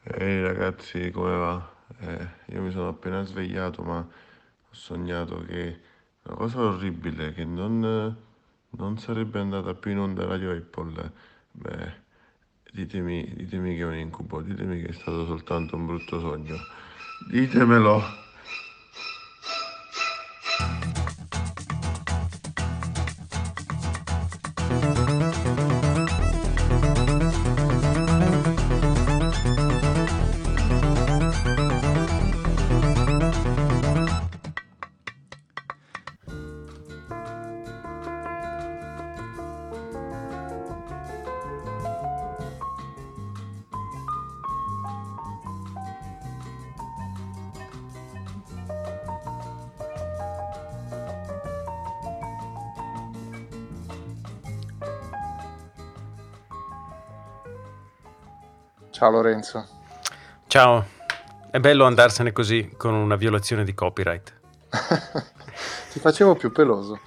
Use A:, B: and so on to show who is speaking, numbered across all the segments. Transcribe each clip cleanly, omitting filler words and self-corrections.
A: Ehi ragazzi, come va? Io mi sono appena svegliato, ma ho sognato che una cosa orribile, che non sarebbe andata più in onda Radio Apple. Beh, ditemi che è un incubo, ditemi che è stato soltanto un brutto sogno. Ditemelo!
B: Ciao Lorenzo.
C: Ciao, è bello andarsene così con una violazione di copyright.
B: Ti facevo più peloso.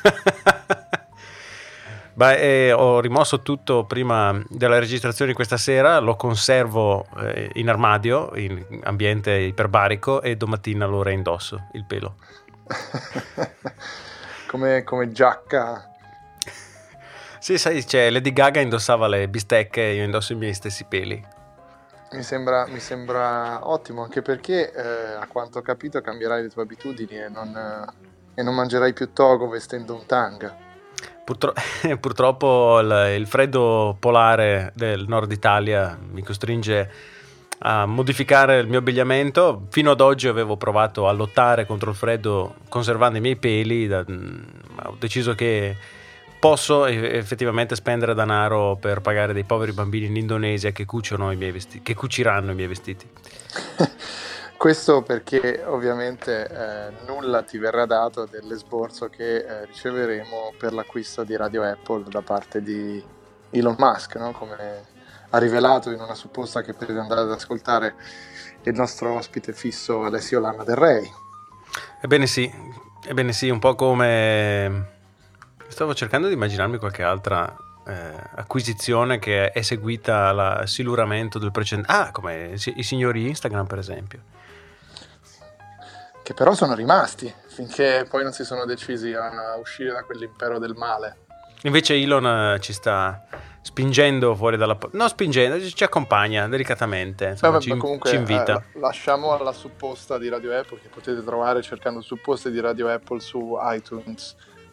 C: Beh, ho rimosso tutto prima della registrazione di questa sera, lo conservo in armadio, in ambiente iperbarico, e domattina lo reindosso, il pelo.
B: come giacca.
C: Sì, sai, Lady Gaga indossava le bistecche, io indosso i miei stessi peli.
B: Mi sembra ottimo, anche perché a quanto ho capito cambierai le tue abitudini e non mangerai più togo vestendo un tanga.
C: Purtroppo il freddo polare del nord Italia mi costringe a modificare il mio abbigliamento. Fino ad oggi avevo provato a lottare contro il freddo conservando i miei peli, ma ho deciso che posso effettivamente spendere denaro per pagare dei poveri bambini in Indonesia che cuciono i miei vestiti, che cuciranno i miei vestiti.
B: Questo perché ovviamente nulla ti verrà dato dell'esborso che riceveremo per l'acquisto di Radio Apple da parte di Elon Musk, no? Come ha rivelato in una supposta che potete andare ad ascoltare il nostro ospite fisso Alessio Lana del Rey.
C: Ebbene sì, un po' come... Stavo cercando di immaginarmi qualche altra acquisizione che è seguita al siluramento del precedente. Ah, come i signori Instagram, per esempio.
B: Che però sono rimasti finché poi non si sono decisi a uscire da quell'impero del male.
C: Invece Elon ci sta spingendo fuori dalla... No, spingendo, ci accompagna delicatamente, insomma,
B: Ma comunque
C: ci invita.
B: lasciamo alla supposta di Radio Apple, che potete trovare cercando supposte di Radio Apple su iTunes,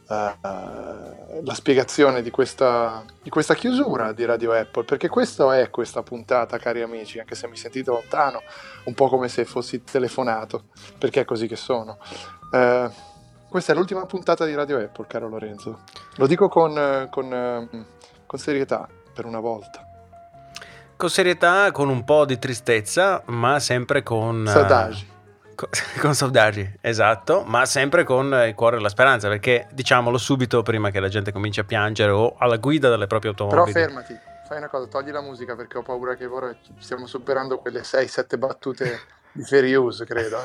B: la spiegazione di questa chiusura di Radio Apple, perché questa è questa puntata, cari amici, anche se mi sentite lontano, un po' come se fossi telefonato, perché è così che sono. Questa è l'ultima puntata di Radio Apple, caro Lorenzo. Lo dico con serietà, per una volta.
C: Con serietà, con un po' di tristezza, ma sempre con...
B: Saudade.
C: Con saudade, esatto, ma sempre con il cuore e la speranza, perché diciamolo subito prima che la gente cominci a piangere o alla guida delle proprie automobili.
B: Però fermati, fai una cosa, togli la musica perché ho paura che ora stiamo superando quelle 6-7 battute di fair use, credo.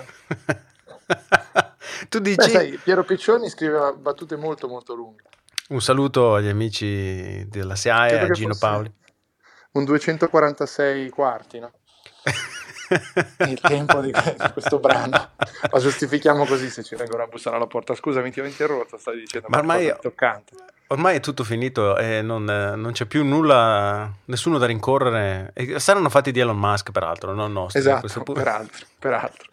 C: Tu dici?
B: Beh, sai, Piero Piccioni scriveva battute molto molto lunghe.
C: Un saluto agli amici della SIAE e a Gino Paoli.
B: Un 246 quarti, no? Il tempo di questo brano. Lo giustifichiamo così se ci vengono a bussare alla porta. Scusami, ti ho interrotto, stai dicendo
C: ma ormai,
B: toccante.
C: Ormai è tutto finito e non c'è più nulla, nessuno da rincorrere. E saranno fatti di Elon Musk, peraltro, non nostri.
B: Esatto, peraltro.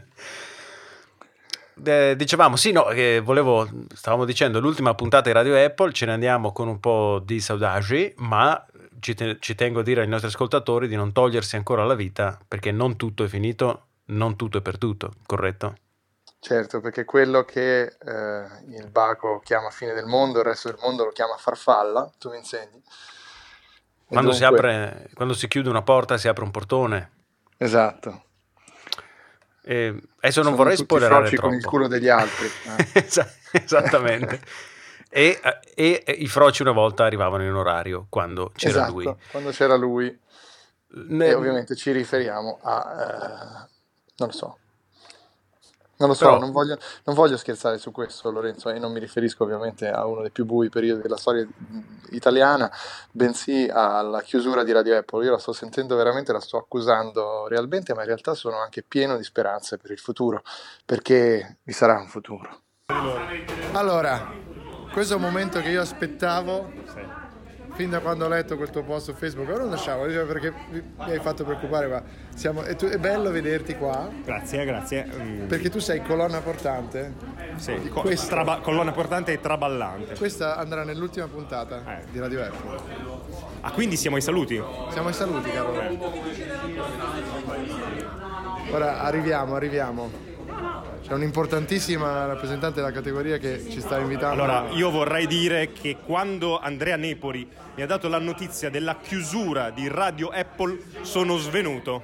C: Dicevamo, sì, no, stavamo dicendo, l'ultima puntata di Radio Apple, ce ne andiamo con un po' di saudade, ma ci tengo a dire ai nostri ascoltatori di non togliersi ancora la vita, perché non tutto è finito, non tutto è perduto, corretto?
B: Certo, perché quello che il Baco chiama fine del mondo, il resto del mondo lo chiama farfalla, tu mi insegni.
C: Quando si chiude una porta si apre un portone.
B: Esatto.
C: Adesso non vorrei spoilerare troppo.
B: Con il culo degli altri.
C: Esattamente. E i froci una volta arrivavano in orario quando c'era lui.
B: Quando c'era lui. E ovviamente ci riferiamo a non lo so. Non lo so,
C: Però
B: non voglio scherzare su questo, Lorenzo, e non mi riferisco ovviamente a uno dei più bui periodi della storia italiana, bensì alla chiusura di Radio Apple. Io la sto sentendo veramente, la sto accusando realmente, ma in realtà sono anche pieno di speranze per il futuro, perché vi sarà un futuro. Allora, questo è un momento che io aspettavo fin da quando ho letto quel tuo post su Facebook. Ora non lasciamo, perché mi hai fatto preoccupare, ma è bello vederti qua.
D: Grazie.
B: Perché tu sei colonna portante.
D: Sì,
B: di questo.
D: colonna portante e traballante.
B: Questa andrà nell'ultima puntata di Radio Apple.
D: Ah, quindi siamo ai saluti?
B: Siamo ai saluti, caro. Ora arriviamo. C'è un'importantissima rappresentante della categoria che ci sta invitando.
D: Allora, io vorrei dire che quando Andrea Nepori mi ha dato la notizia della chiusura di Radio Apple sono svenuto.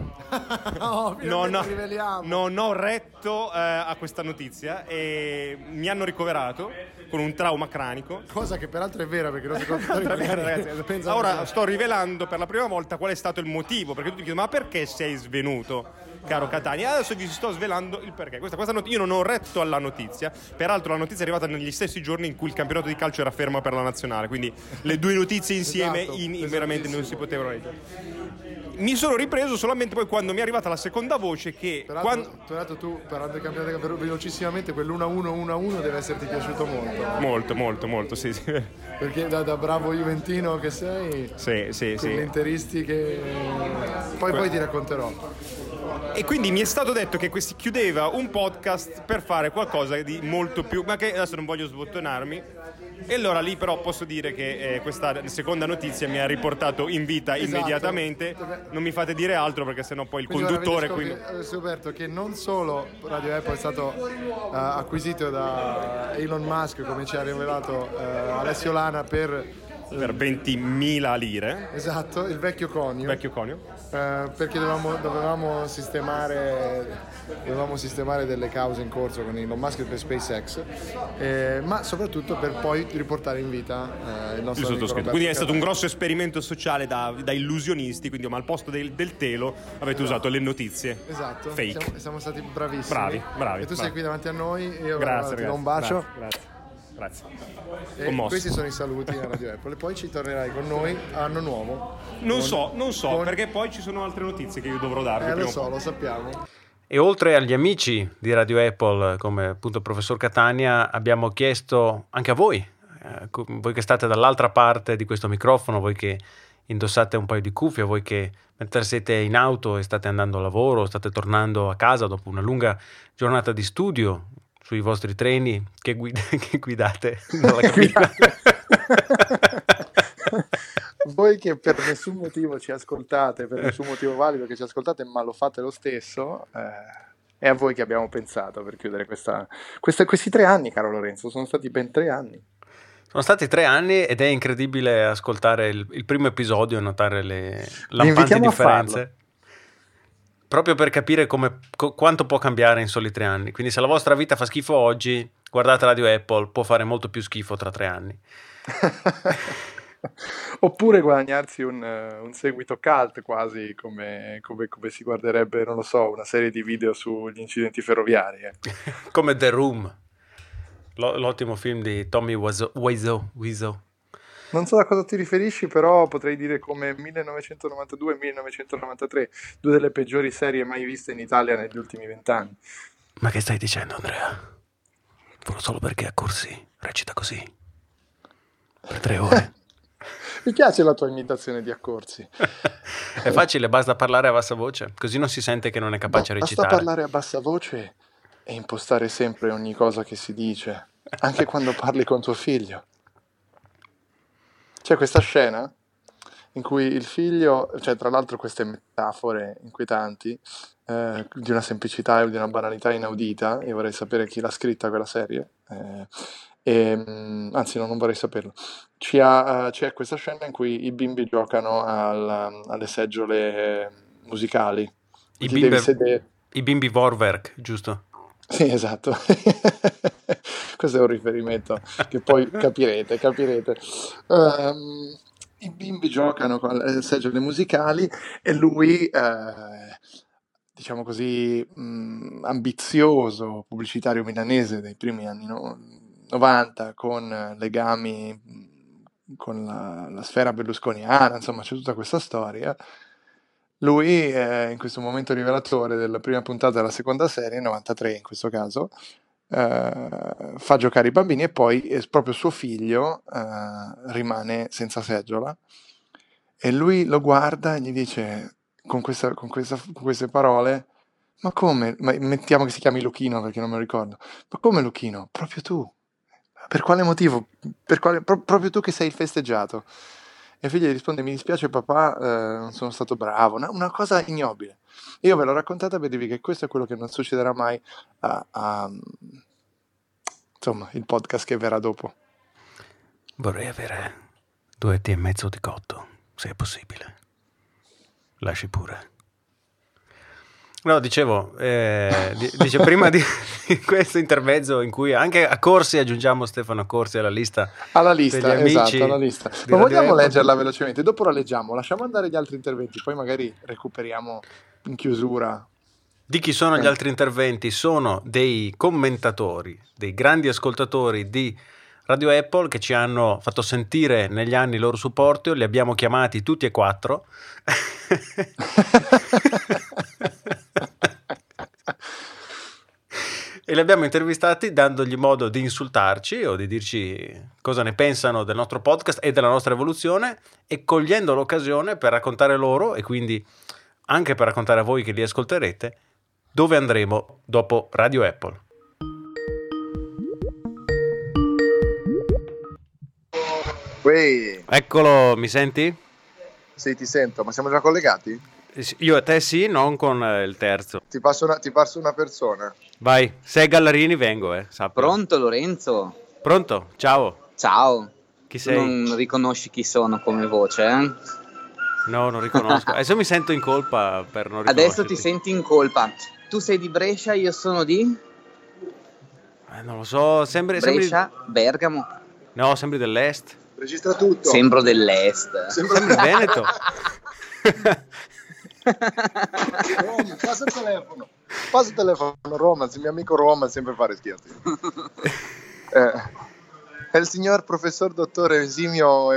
D: Non ho retto a questa notizia e mi hanno ricoverato con un trauma cranico.
B: Cosa che peraltro è vera, perché non si può
D: ragazzi, ora sto rivelando per la prima volta qual è stato il motivo, perché tutti chiedono: ma perché sei svenuto, caro Catania? Adesso vi sto svelando il perché. Io non ho retto alla notizia, peraltro la notizia è arrivata negli stessi giorni in cui il campionato di calcio era fermo per la nazionale, quindi le due notizie insieme veramente non si potevano leggere. Mi sono ripreso solamente poi quando mi è arrivata la seconda voce che
B: peraltro tu, parlando del campionato velocissimamente, quell'1-1 deve esserti piaciuto
D: molto, sì.
B: Perché da bravo juventino che sei,
D: sì.
B: Gli interisti che poi ti racconterò.
D: E quindi mi è stato detto che si chiudeva un podcast per fare qualcosa di molto più, ma che adesso non voglio sbottonarmi. E allora lì però posso dire che questa seconda notizia mi ha riportato in vita immediatamente. Non mi fate dire altro, perché sennò poi il conduttore
B: ho scoperto che non solo Radio Apple è stato acquisito da Elon Musk, come ci ha rivelato Alessio Lana, per
D: 20.000 lire.
B: Esatto, il vecchio conio. Perché dovevamo sistemare delle cause in corso con Elon Musk per SpaceX, ma soprattutto per poi riportare in vita il nostro amico Roberto.
D: Quindi è stato un grosso esperimento sociale da illusionisti, quindi al posto del telo avete usato le notizie.
B: Esatto.
D: Fake.
B: Siamo stati bravissimi.
D: Bravi.
B: E tu sei qui davanti a noi, io
D: grazie,
B: ti do un bacio.
D: Grazie.
B: E questi sono i saluti a Radio Apple, e poi ci tornerai con noi anno nuovo.
D: Non so, perché poi ci sono altre notizie che io dovrò darvi.
B: Lo sappiamo.
C: E oltre agli amici di Radio Apple, come appunto il professor Catania, abbiamo chiesto anche a voi, voi che state dall'altra parte di questo microfono, voi che indossate un paio di cuffie, voi che mentre siete in auto e state andando al lavoro, state tornando a casa dopo una lunga giornata di studio, sui vostri treni che guidate dalla cabina.
B: Voi che per nessun motivo ci ascoltate, per nessun motivo valido che ci ascoltate, ma lo fate lo stesso, è a voi che abbiamo pensato per chiudere questi 3 anni, caro Lorenzo. Sono stati ben 3 anni.
C: Sono stati 3 anni ed è incredibile ascoltare il primo episodio e notare le lampanti differenze. Proprio per capire quanto può cambiare in soli 3 anni. Quindi se la vostra vita fa schifo oggi, guardate Radio Apple, può fare molto più schifo tra 3 anni.
B: Oppure guadagnarsi un seguito cult, quasi come si guarderebbe, non lo so, una serie di video sugli incidenti ferroviari.
C: Come The Room, l'ottimo film di Tommy Wiseau.
B: Non so a cosa ti riferisci, però potrei dire come 1992 e 1993, 2 delle peggiori serie mai viste in Italia negli ultimi 20 anni.
C: Ma che stai dicendo, Andrea? Solo perché a Corsi recita così per 3 ore.
B: Mi piace la tua imitazione di Accorsi.
C: È facile, basta parlare a bassa voce, così non si sente che non è capace a recitare.
B: Basta parlare a bassa voce e impostare sempre ogni cosa che si dice, anche quando parli con tuo figlio. C'è questa scena in cui il figlio, cioè tra l'altro queste metafore inquietanti, di una semplicità e di una banalità inaudita, e vorrei sapere chi l'ha scritta quella serie, anzi no, non vorrei saperlo. C'è questa scena in cui i bimbi giocano alle seggiole musicali.
C: I bimbi Vorwerk, giusto?
B: Sì, esatto. Questo è un riferimento che poi capirete. I bimbi giocano con le seggiole musicali e lui diciamo così, ambizioso pubblicitario milanese dei primi anni 90, con legami con la sfera berlusconiana, insomma c'è tutta questa storia. Lui, in questo momento rivelatore della prima puntata della seconda serie, 93 in questo caso, fa giocare i bambini e poi proprio suo figlio rimane senza seggiola e lui lo guarda e gli dice con queste parole: ma come? Ma mettiamo che si chiami Luchino perché non me lo ricordo. Ma come Luchino? Proprio tu. Per quale motivo? Proprio tu che sei il festeggiato. E il figlio gli risponde: mi dispiace papà, non sono stato bravo. Una cosa ignobile. Io ve l'ho raccontata per dirvi che questo è quello che non succederà mai insomma, il podcast che verrà dopo.
C: Vorrei avere 2 etti e mezzo di cotto, se è possibile. Lasci pure. No, dicevo, dice prima di questo intermezzo in cui anche a Corsi aggiungiamo Stefano Corsi alla lista.
B: Alla lista,
C: degli amici,
B: esatto, alla lista.
C: di
B: Ma
C: Radio
B: vogliamo
C: Apple.
B: leggerla velocemente? Dopo la leggiamo, lasciamo andare gli altri interventi, poi magari recuperiamo in chiusura.
C: Di chi sono gli altri interventi? Sono dei commentatori, dei grandi ascoltatori di Radio Apple che ci hanno fatto sentire negli anni il loro supporto. Li abbiamo chiamati tutti e 4. E li abbiamo intervistati dandogli modo di insultarci o di dirci cosa ne pensano del nostro podcast e della nostra evoluzione, e cogliendo l'occasione per raccontare loro, e quindi anche per raccontare a voi che li ascolterete, dove andremo dopo Radio Apple.
E: Uè,
C: Eccolo, mi senti?
E: sì, ti sento, ma siamo già collegati?
C: Io e te sì, non con il terzo.
E: Ti passo una persona.
C: Vai, se è Gallarini vengo, sappilo.
F: Pronto Lorenzo?
C: Pronto? Ciao.
F: Ciao.
C: Chi
F: Tu
C: sei?
F: non riconosci chi sono come voce, eh?
C: No, non riconosco. Adesso mi sento in colpa per non
F: Adesso
C: riconoscerti.
F: ti senti in colpa. Tu sei di Brescia, io sono di
C: Non lo so, sembri...
F: Brescia, Bergamo.
C: No, sembri dell'est.
E: Registra tutto.
F: Sembro dell'est.
C: Sembri Veneto.
E: Roma, passa il telefono. Passa il telefono, Roma, il mio amico Roma sempre fare scherzi. È il signor professor dottore Esimio.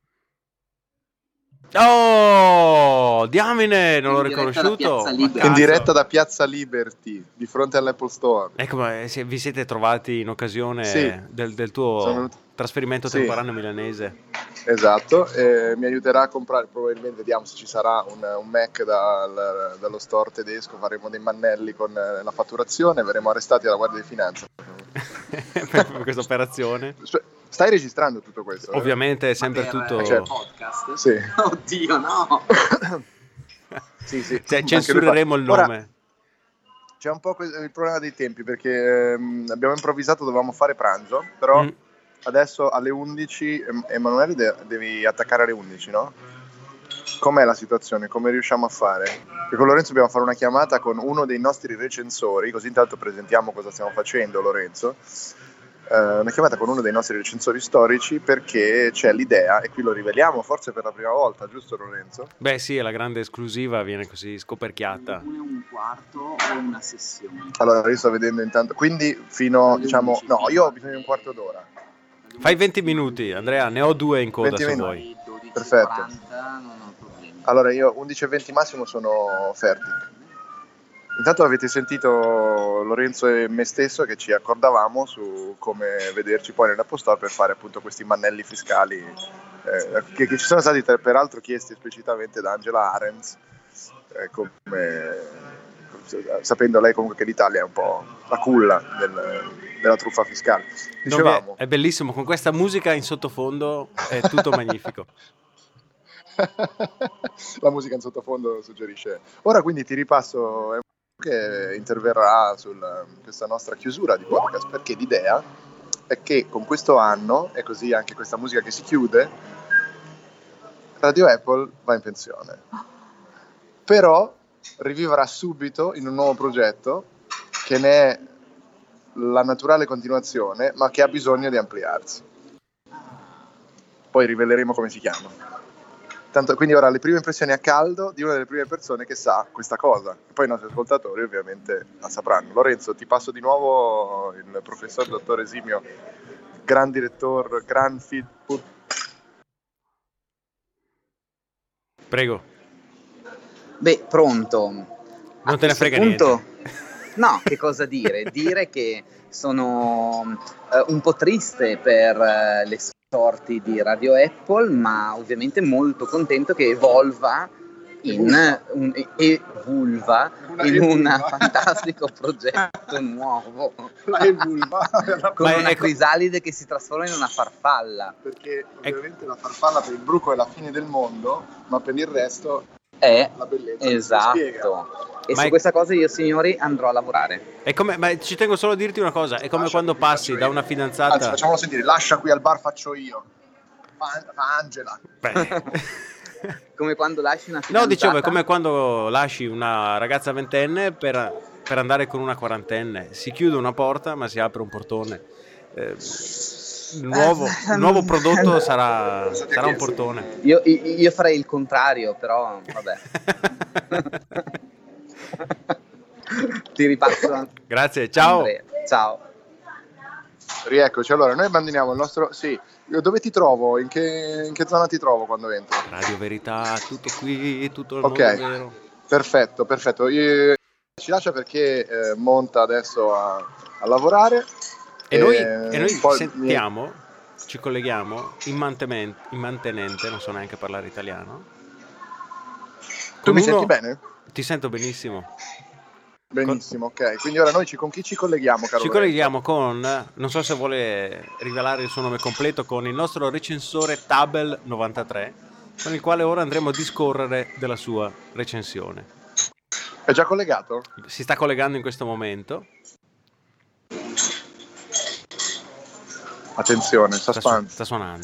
C: Oh, diamine, non l'ho
F: In diretta da
C: riconosciuto.
F: Piazza
C: Ma
F: Liberty.
C: cazzo.
E: In diretta da Piazza Liberty, di fronte all'Apple Store.
C: Ecco, ma vi siete trovati in occasione
E: Sì.
C: del tuo
E: Sono venuto-
C: trasferimento
E: Sì.
C: temporaneo milanese?
E: Esatto, mi aiuterà a comprare, probabilmente vediamo se ci sarà un Mac dallo store tedesco, faremo dei mannelli con la fatturazione, verremo arrestati dalla Guardia di Finanza.
C: Per questa operazione?
E: Stai registrando tutto questo?
C: Ovviamente è sempre
F: Per
C: tutto...
E: certo.
F: podcast?
E: Sì.
F: Oddio, no.
E: Sì, sì.
C: Cioè,
E: Anche lui
C: censureremo il
E: fa. Ora,
C: nome.
E: c'è un po' il problema dei tempi perché abbiamo improvvisato, dovevamo fare pranzo, però adesso alle 11, Emanuele devi attaccare alle 11, no? Com'è la situazione? Come riusciamo a fare? Perché con Lorenzo dobbiamo fare una chiamata con uno dei nostri recensori, così intanto presentiamo cosa stiamo facendo, Lorenzo. Una chiamata con uno dei nostri recensori storici perché c'è l'idea, e qui lo riveliamo forse per la prima volta, giusto Lorenzo?
C: Beh sì, è la grande esclusiva, viene così scoperchiata.
F: 1 e un quarto o una sessione?
E: Allora io sto vedendo intanto, quindi fino, diciamo, no, io ho bisogno di un quarto d'ora.
C: Fai 20 minuti, Andrea, ne ho 2 in coda
E: 20
C: se
E: minuti.
C: vuoi.
E: Perfetto.
F: 12:40 non ho problemi.
E: Allora io 11:20 massimo sono fertig. Intanto avete sentito Lorenzo e me stesso che ci accordavamo su come vederci poi nell'Apple Store per fare appunto questi mannelli fiscali che ci sono stati peraltro chiesti esplicitamente da Angela Arendts, sapendo lei comunque che l'Italia è un po' la culla della truffa fiscale. Dicevamo,
C: È bellissimo, con questa musica in sottofondo è tutto magnifico.
E: la musica in sottofondo lo suggerisce. Ora quindi ti ripasso che interverrà su questa nostra chiusura di podcast, perché l'idea è che con questo anno, e così anche questa musica che si chiude, Radio Apple va in pensione. Però rivivrà subito in un nuovo progetto che ne è la naturale continuazione, ma che ha bisogno di ampliarsi. Poi riveleremo come si chiama. Tanto, quindi ora le prime impressioni a caldo di una delle prime persone che sa questa cosa. Poi i nostri ascoltatori ovviamente la sapranno. Lorenzo, ti passo di nuovo il professor dottor Esimio, gran direttore, gran feed.
C: Prego.
F: Beh, pronto.
C: Non te ne frega
F: punto,
C: niente.
F: No, che cosa dire? Dire che sono un po' triste per le sorti di Radio Apple, ma ovviamente molto contento che evolva in un fantastico progetto nuovo con una crisalide che si trasforma in una farfalla,
E: perché ovviamente la farfalla per il bruco è la fine del mondo, ma per il resto
F: è
E: la bellezza.
F: esatto. E su questa cosa io, signori, andrò a lavorare.
C: È come, ma ci tengo solo a dirti una cosa, è come quando passi da una fidanzata...
E: Anzi, facciamolo sentire, lascia qui al bar, faccio io. Fa Angela.
F: Come quando lasci una fidanzata?
C: No, dicevo, è come quando lasci una ragazza ventenne per andare con una quarantenne. Si chiude una porta, ma si apre un portone. Il nuovo prodotto sarà un portone.
F: Io farei il contrario, però vabbè. Ti ripasso.
C: Grazie, ciao.
F: Andrea. Ciao.
E: Rieccoci, allora noi abbandoniamo il nostro... Sì, dove ti trovo? In che zona ti trovo quando entro?
C: Radio Verità, tutto qui, tutto il
E: Ok,
C: mondo vero.
E: perfetto. Ci lascia perché monta adesso a lavorare.
C: E noi
E: poi
C: sentiamo, ci colleghiamo in mantenente, non so neanche parlare italiano.
E: Tu mi senti bene?
C: Ti sento benissimo.
E: Benissimo, ok. Quindi ora noi con chi ci colleghiamo, caro?
C: Ci colleghiamo con, non so se vuole rivelare il suo nome completo, con il nostro recensore Tabel93, con il quale ora andremo a discorrere della sua recensione.
E: È già collegato?
C: Si sta collegando in questo momento.
E: Attenzione, suspense.
C: Sta suonando.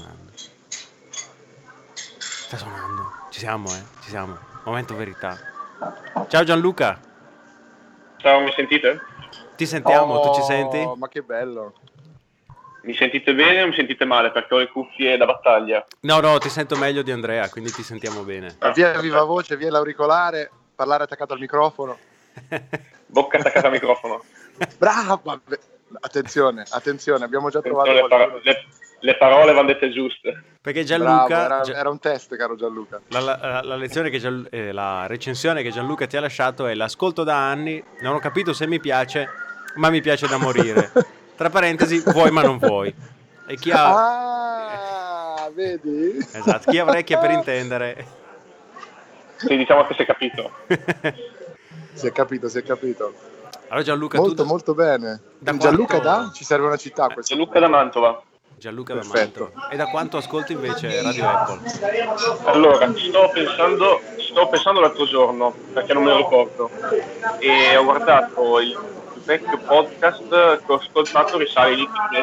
C: Ci siamo. Momento verità. Ciao Gianluca.
G: Ciao, mi sentite?
C: Ti sentiamo, tu ci senti?
E: Ma che bello.
G: Mi sentite bene o mi sentite male? Perché ho le cuffie da battaglia.
C: No, ti sento meglio di Andrea, quindi ti sentiamo bene.
E: Via viva voce, via l'auricolare, parlare attaccato al microfono.
G: Bocca attaccata al microfono.
E: Brava! Attenzione, abbiamo già trovato
G: le parole vanno dette giuste.
C: Perché Gianluca...
E: Bravo, era un test, caro Gianluca.
C: La lezione che la recensione che Gianluca ti ha lasciato è: l'ascolto da anni, non ho capito se mi piace, ma mi piace da morire. Tra parentesi, vuoi ma non vuoi. E chi ha...
E: vedi?
C: Esatto, chi ha orecchie per intendere.
G: Sì, diciamo che si è capito.
E: Si è capito.
C: Allora Gianluca,
E: molto bene. Gianluca ci serve una città.
G: Gianluca da Mantova.
E: Perfetto.
C: E da quanto ascolti invece Radio Apple?
G: Allora, sto pensando l'altro giorno, perché non me lo ricordo, e ho guardato il vecchio podcast che ho ascoltato, risale all'inizio del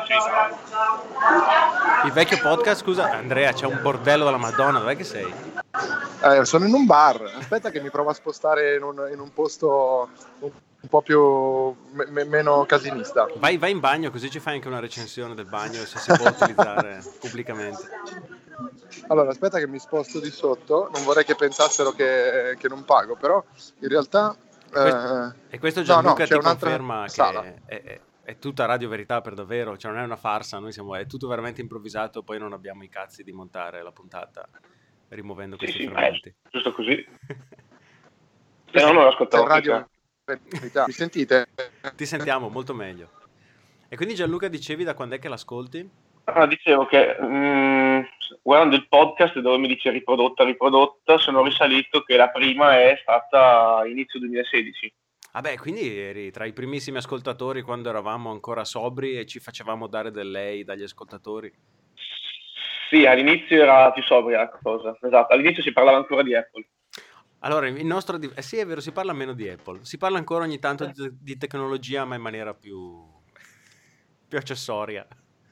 G: 2016.
C: Il vecchio podcast, scusa Andrea, c'è un bordello della Madonna, dov'è che sei?
E: Sono in un bar, aspetta che mi provo a spostare in un posto un po' più meno casinista.
C: Vai in bagno, così ci fai anche una recensione del bagno, se si può utilizzare pubblicamente.
E: Allora, aspetta che mi sposto di sotto, non vorrei che pensassero che non pago, però in realtà...
C: E questo Gianluca ti
E: un'altra
C: conferma
E: sala.
C: che è tutta Radio Verità per davvero, cioè non è una farsa, è tutto veramente improvvisato, poi non abbiamo i cazzi di montare la puntata rimuovendo questi frammenti.
G: Giusto così. Se no non l'ascoltavo.
E: Radio Verità. Mi sentite?
C: Ti sentiamo molto meglio. E quindi Gianluca, dicevi da quando è che l'ascolti?
G: Dicevo che guardando il podcast dove mi dice riprodotta, sono risalito che la prima è stata inizio 2016.
C: Vabbè, quindi eri tra i primissimi ascoltatori quando eravamo ancora sobri e ci facevamo dare del lei dagli ascoltatori.
G: Sì, all'inizio era più sobria la cosa, esatto, all'inizio si parlava ancora di Apple.
C: Allora, il nostro... sì, è vero, si parla meno di Apple, si parla ancora ogni tanto di tecnologia, ma in maniera più accessoria.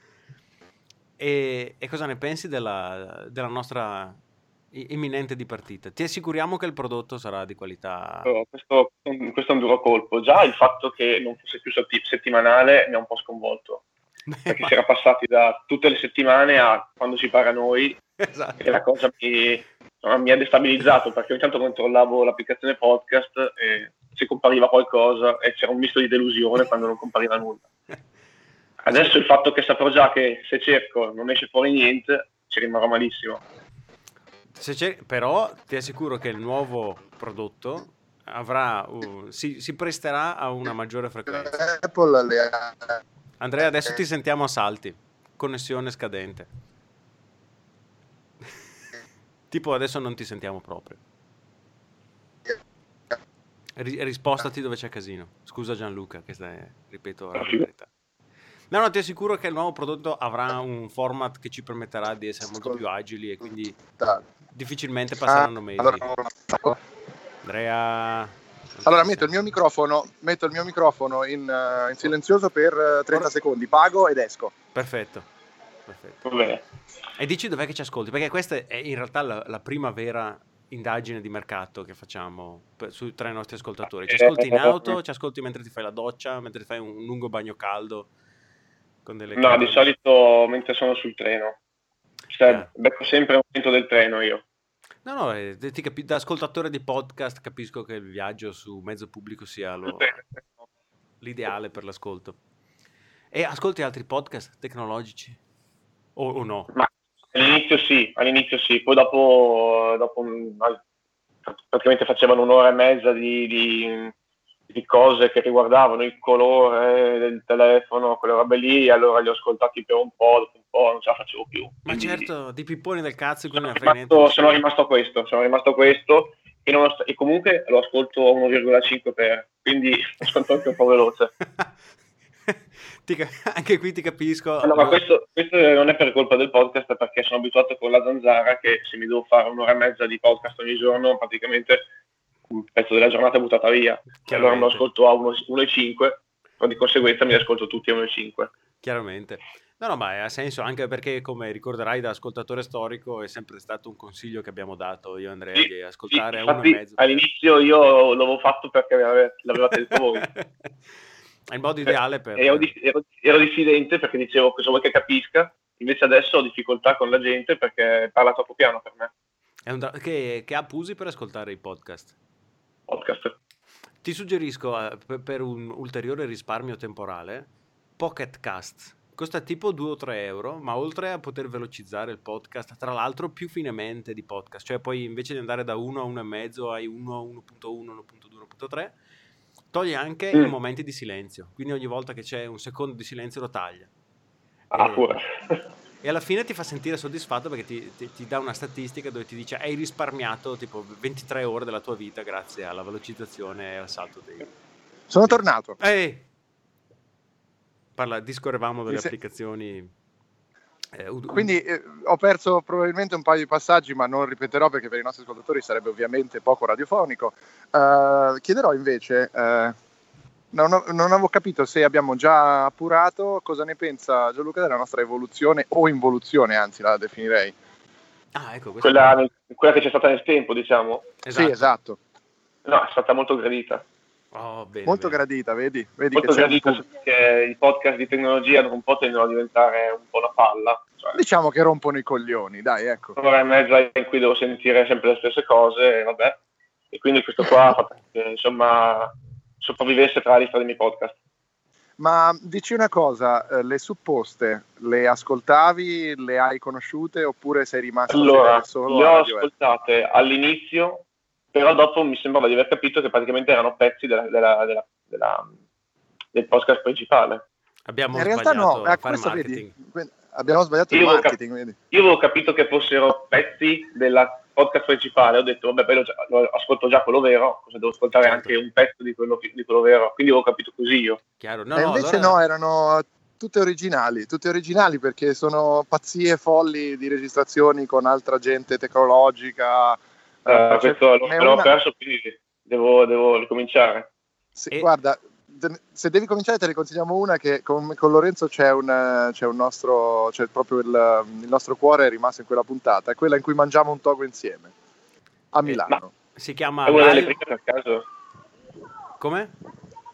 C: E cosa ne pensi della nostra imminente dipartita? Ti assicuriamo che il prodotto sarà di qualità.
G: Questo è un duro colpo. Già il fatto che non fosse più settimanale mi ha un po' sconvolto. perché si era passati da tutte le settimane a quando ci pare a noi,
C: Esatto.
G: e la cosa mi ha destabilizzato, perché ogni tanto controllavo l'applicazione podcast e se compariva qualcosa e c'era un misto di delusione quando non compariva nulla. Adesso il fatto che saprò già che se cerco non esce fuori niente, ci rimarrò malissimo.
C: Però ti assicuro che il nuovo prodotto avrà si presterà a una maggiore frequenza.
B: Apple le ha...
C: Andrea, adesso ti sentiamo a salti, connessione scadente. Tipo adesso non ti sentiamo proprio. Rispostati dove c'è casino. Scusa Gianluca, che ripeto la verità. No, ti assicuro che il nuovo prodotto avrà un format che ci permetterà di essere molto più agili e quindi difficilmente passeranno mesi. Andrea...
E: Allora metto il mio microfono in silenzioso per 30 secondi, pago ed esco.
C: Perfetto.
G: Va bene.
C: E dici dov'è che ci ascolti? Perché questa è in realtà la prima vera indagine di mercato che facciamo tra i nostri ascoltatori. Ci ascolti in auto, ci ascolti mentre ti fai la doccia, mentre ti fai un lungo bagno caldo?
G: No, di solito mentre sono sul treno. Becco sempre il momento del treno io.
C: No, da ascoltatore di podcast capisco che il viaggio su mezzo pubblico sia l'ideale per l'ascolto. E ascolti altri podcast tecnologici? O no?
G: Ma all'inizio sì, poi dopo praticamente facevano un'ora e mezza di cose che riguardavano il colore del telefono, quelle robe lì, e allora li ho ascoltati per un po', dopo un po' non ce la facevo più.
C: Ma certo, di pipponi del cazzo,
G: sono rimasto a questo e comunque lo ascolto a 1,5 quindi ascolto anche un po' veloce.
C: Anche qui ti capisco.
G: No, ma questo non è per colpa del podcast, perché sono abituato con la zanzara che se mi devo fare un'ora e mezza di podcast ogni giorno, praticamente un pezzo della giornata buttata via. Allora me lo ascolto a 1,5, di conseguenza mi ascolto tutti a 1,5.
C: Chiaramente. No, ma ha senso, anche perché, come ricorderai da ascoltatore storico, è sempre stato un consiglio che abbiamo dato io e Andrea, di ascoltare a 1,5.
G: All'inizio io l'avevo fatto perché l'avevate detto voi.
C: È il modo ideale per...
G: Ero dissidente perché dicevo cosa vuoi che capisca, invece adesso ho difficoltà con la gente perché parla troppo piano per me.
C: Che app usi per ascoltare i podcast? Ti suggerisco, per un ulteriore risparmio temporale, Pocket Cast. Costa tipo 2 o 3 euro, ma oltre a poter velocizzare il podcast, tra l'altro più finemente di podcast, cioè poi invece di andare da 1 a 1,5 hai 1, 1.1, 1.2, 1.3, toglie anche i momenti di silenzio, quindi ogni volta che c'è un secondo di silenzio lo taglia. E alla fine ti fa sentire soddisfatto perché ti dà una statistica dove ti dice hai risparmiato tipo 23 ore della tua vita grazie alla velocizzazione e al salto dei...
E: Sono tornato.
C: Discorrevamo delle applicazioni.
E: Quindi ho perso probabilmente un paio di passaggi, ma non ripeterò perché per i nostri ascoltatori sarebbe ovviamente poco radiofonico. Chiederò invece, non avevo capito se abbiamo già appurato cosa ne pensa Gianluca della nostra evoluzione o involuzione, anzi la definirei.
C: Ecco,
G: quella che c'è stata nel tempo, diciamo.
E: Sì, esatto.
G: No, è stata molto gradita.
E: Molto gradita, vedi
G: molto
E: che
G: gradita, perché i podcast di tecnologia dopo un po' tendono a diventare un po' una palla,
E: diciamo che rompono i coglioni, dai, ecco.
G: Un'ora e mezza in cui devo sentire sempre le stesse cose, vabbè, e quindi questo qua ha fatto che, insomma, sopravvivesse tra la lista dei miei podcast.
E: Ma dici una cosa, le supposte le ascoltavi, le hai conosciute oppure sei rimasto solo
G: le ho ascoltate all'inizio, però dopo mi sembrava di aver capito che praticamente erano pezzi del podcast principale.
C: Abbiamo
E: in realtà no,
C: marketing.
E: Abbiamo sbagliato il marketing. Vedi?
G: Io avevo capito che fossero pezzi della podcast principale, ho detto vabbè, lo ascolto già quello vero, cosa devo ascoltare anche un pezzo di quello vero, quindi avevo capito così io.
C: Chiaro.
E: Invece erano tutte originali perché sono pazzie folli di registrazioni con altra gente tecnologica.
G: Questo l'ho perso, quindi devo ricominciare.
E: Guarda, se devi cominciare te ne consigliamo una che con Lorenzo c'è proprio il nostro cuore è rimasto in quella puntata, è quella in cui mangiamo un togo insieme a Milano.
C: Si chiama
G: è una delle prime per caso?
C: Come?
G: È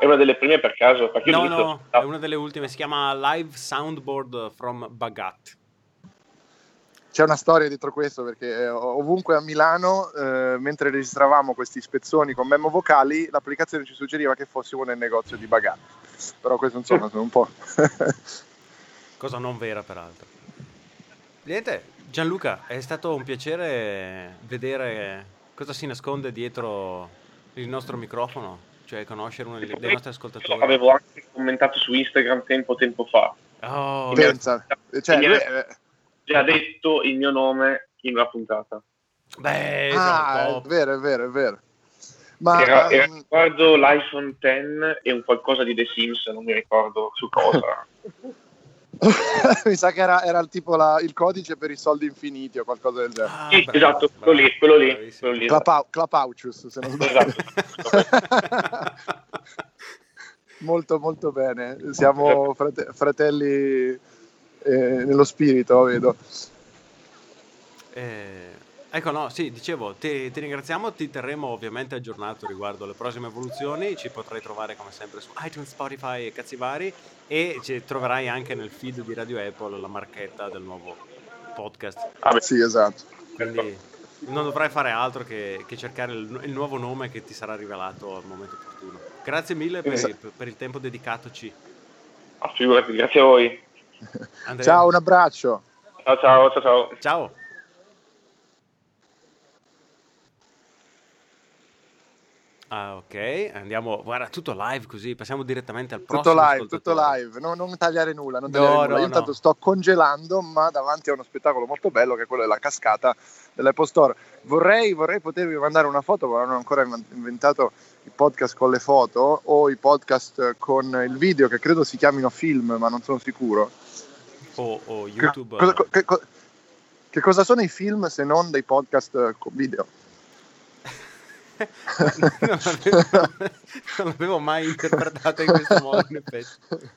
G: una delle prime per caso? Perché io
C: No, è una delle ultime, si chiama Live Soundboard from Bagat.
E: C'è una storia dietro questo, perché ovunque a Milano, mentre registravamo questi spezzoni con memo vocali, l'applicazione ci suggeriva che fossimo nel negozio di Bagat. Però questo insomma sono un po'...
C: Cosa non vera, peraltro. Niente, Gianluca, è stato un piacere vedere cosa si nasconde dietro il nostro microfono, cioè conoscere uno dei nostri ascoltatori.
G: Avevo anche commentato su Instagram tempo fa.
C: Oh,
E: Pensa, cioè,
G: mi ha già detto il mio nome in una puntata.
C: beh,
E: è vero. Ma
G: era riguardo l'iPhone X e un qualcosa di The Sims, non mi ricordo su cosa.
E: mi sa che era tipo il codice per i soldi infiniti o qualcosa del genere.
G: Sì,
C: bravo,
G: esatto, quello lì.
E: Clapaucius, se non sbaglio.
G: Esatto.
E: Molto molto bene, siamo fratelli nello spirito, vedo.
C: Ecco, no, sì, dicevo, ti ringraziamo, ti terremo ovviamente aggiornato riguardo alle prossime evoluzioni, ci potrai trovare come sempre su iTunes, Spotify e cazzi vari, e ci troverai anche nel feed di Radio Apple la marchetta del nuovo podcast.
E: Sì, esatto.
C: Quindi non dovrai fare altro che cercare il nuovo nome che ti sarà rivelato al momento opportuno. Grazie mille per il tempo dedicatoci.
G: Figurati, grazie a voi.
C: Andrea.
E: Ciao, un abbraccio.
G: Ciao.
C: Ciao. Ah, ok, andiamo, guarda, tutto live così, passiamo direttamente al prossimo
E: Tutto live, non tagliare nulla, Io intanto
C: no.
E: sto congelando, ma davanti a uno spettacolo molto bello che è quello della cascata dell'Apple Store. Vorrei potervi mandare una foto, ma non ho ancora inventato i podcast con le foto o i podcast con il video, che credo si chiamino film, ma non sono sicuro.
C: O YouTube.
E: Che cosa sono i film se non dei podcast con video?
C: non l'avevo mai interpretato in questo modo, in effetti.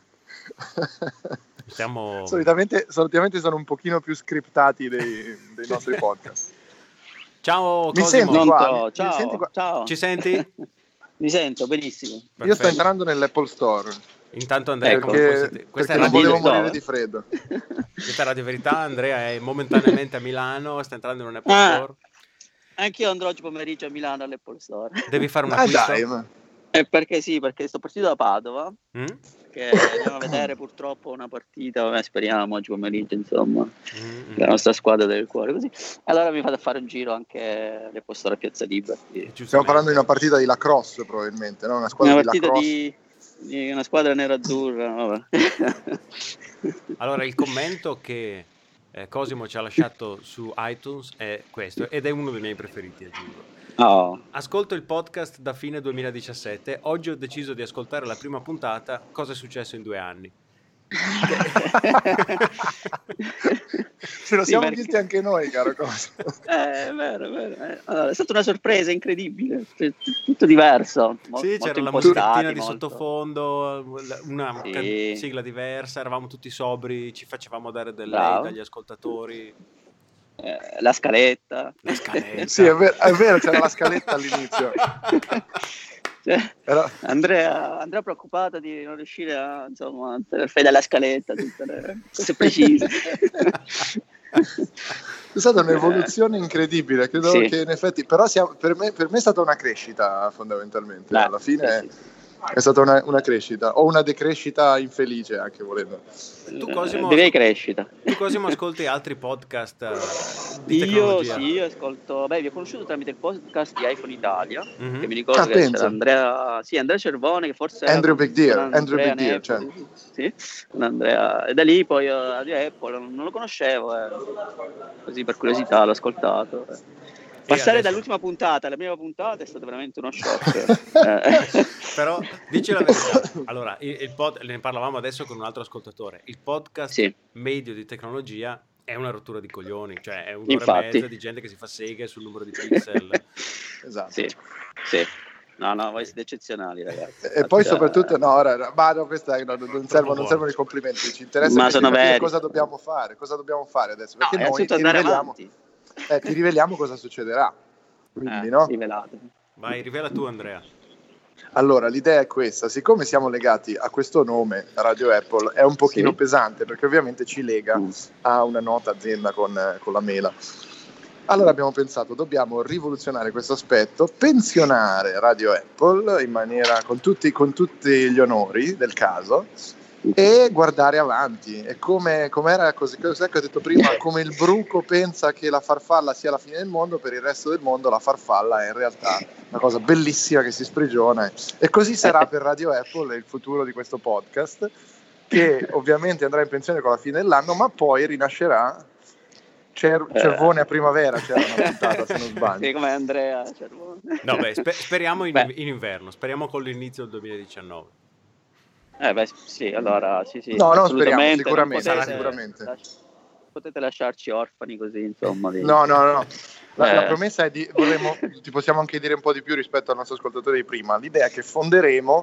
E: Solitamente sono un pochino più scriptati dei nostri podcast.
C: Ciao
E: Mi
C: Cosimo.
E: senti qua?
H: Ciao,
E: Mi senti qua?
H: ciao.
C: Ci senti?
H: Mi sento benissimo.
C: Perfetto.
E: Io sto entrando nell'Apple Store.
C: Intanto Andrea,
H: Ecco.
C: questa
E: Perché
C: è
E: non
C: Radio
E: volevo
C: Verità.
E: morire di freddo.
C: Questa è Radio Verità. Andrea è momentaneamente a Milano, sta entrando in un Apple Store.
H: Anch'io andrò oggi pomeriggio a Milano all'Apple Store.
C: Devi fare un acquisto.
E: Dai, ma...
H: Perché sto partito da Padova, che andiamo a vedere purtroppo una partita, vabbè, speriamo oggi pomeriggio, insomma, la nostra squadra del cuore, così. Allora mi fate a fare un giro anche all'Apple Store a Piazza Liberty.
E: Stiamo parlando di una partita di lacrosse, probabilmente, no? Una squadra
H: Una
E: di
H: partita
E: lacrosse.
H: di una squadra nera-azzurra, vabbè.
C: Allora, il commento che Cosimo ci ha lasciato su iTunes è questo, ed è uno dei miei preferiti, aggiungo.
H: Oh.
C: Ascolto il podcast da fine 2017, oggi ho deciso di ascoltare la prima puntata, cosa è successo in 2 anni?
E: Ce lo siamo visti anche noi, caro Cosimo.
H: È vero. Allora, è stata una sorpresa incredibile, tutto diverso.
C: Sì, c'era la musichina di sottofondo, una sigla diversa, eravamo tutti sobri, ci facevamo dare del lei dagli ascoltatori.
H: La scaletta.
E: Sì, è vero, c'era la scaletta all'inizio.
H: Andrea preoccupata di non riuscire a tenere fede alla scaletta, tutte le cose precise.
E: È stata un'evoluzione incredibile, credo che in effetti, però per me è stata una crescita fondamentalmente. Alla fine è stata una crescita o una decrescita infelice, anche volendo.
C: Tu Cosimo,
H: direi crescita.
C: Tu Cosimo ascolti altri podcast di tecnologia?
H: Io ascolto, vi ho conosciuto tramite il podcast di iPhone Italia, che mi ricordo che c'era Andrea Cervone, che forse
E: Andrew Big Deal, cioè.
H: Sì, con Andrea, e da lì poi Radio Apple non lo conoscevo, così per curiosità l'ho ascoltato. Passare dall'ultima puntata alla prima puntata è stato veramente uno shock.
C: Però dici la verità. Allora, ne parlavamo adesso con un altro ascoltatore. Il podcast medio di tecnologia è una rottura di coglioni, cioè è un'ora e mezza di gente che si fa seghe sul numero di pixel.
E: Esatto.
H: Sì. No, voi siete eccezionali, ragazzi.
E: E poi soprattutto, questa non servono i complimenti, ci interessa cosa dobbiamo fare adesso, perché noi ti riveliamo cosa succederà. Quindi, no?
H: Rivelato.
C: Vai, rivela tu, Andrea.
E: Allora, l'idea è questa: siccome siamo legati a questo nome, Radio Apple, è un pochino pesante, perché ovviamente ci lega a una nota azienda con la mela. Allora abbiamo pensato, dobbiamo rivoluzionare questo aspetto, pensionare Radio Apple in maniera con tutti gli onori del caso e guardare avanti. E come era così, cos'è che ho detto prima, come il bruco pensa che la farfalla sia la fine del mondo, per il resto del mondo la farfalla è in realtà una cosa bellissima che si sprigiona, e così sarà per Radio Apple il futuro di questo podcast, che ovviamente andrà in pensione con la fine dell'anno, ma poi rinascerà. Cervone a primavera c'era una puntata, se non sbaglio.
H: Sì, come Andrea Cervone.
C: No, speriamo in inverno, speriamo con l'inizio del 2019.
H: Sì, allora sì.
E: No, non speriamo, sicuramente.
H: Potete lasciarci orfani così, insomma.
E: No. La promessa è ti possiamo anche dire un po' di più rispetto al nostro ascoltatore di prima. L'idea è che fonderemo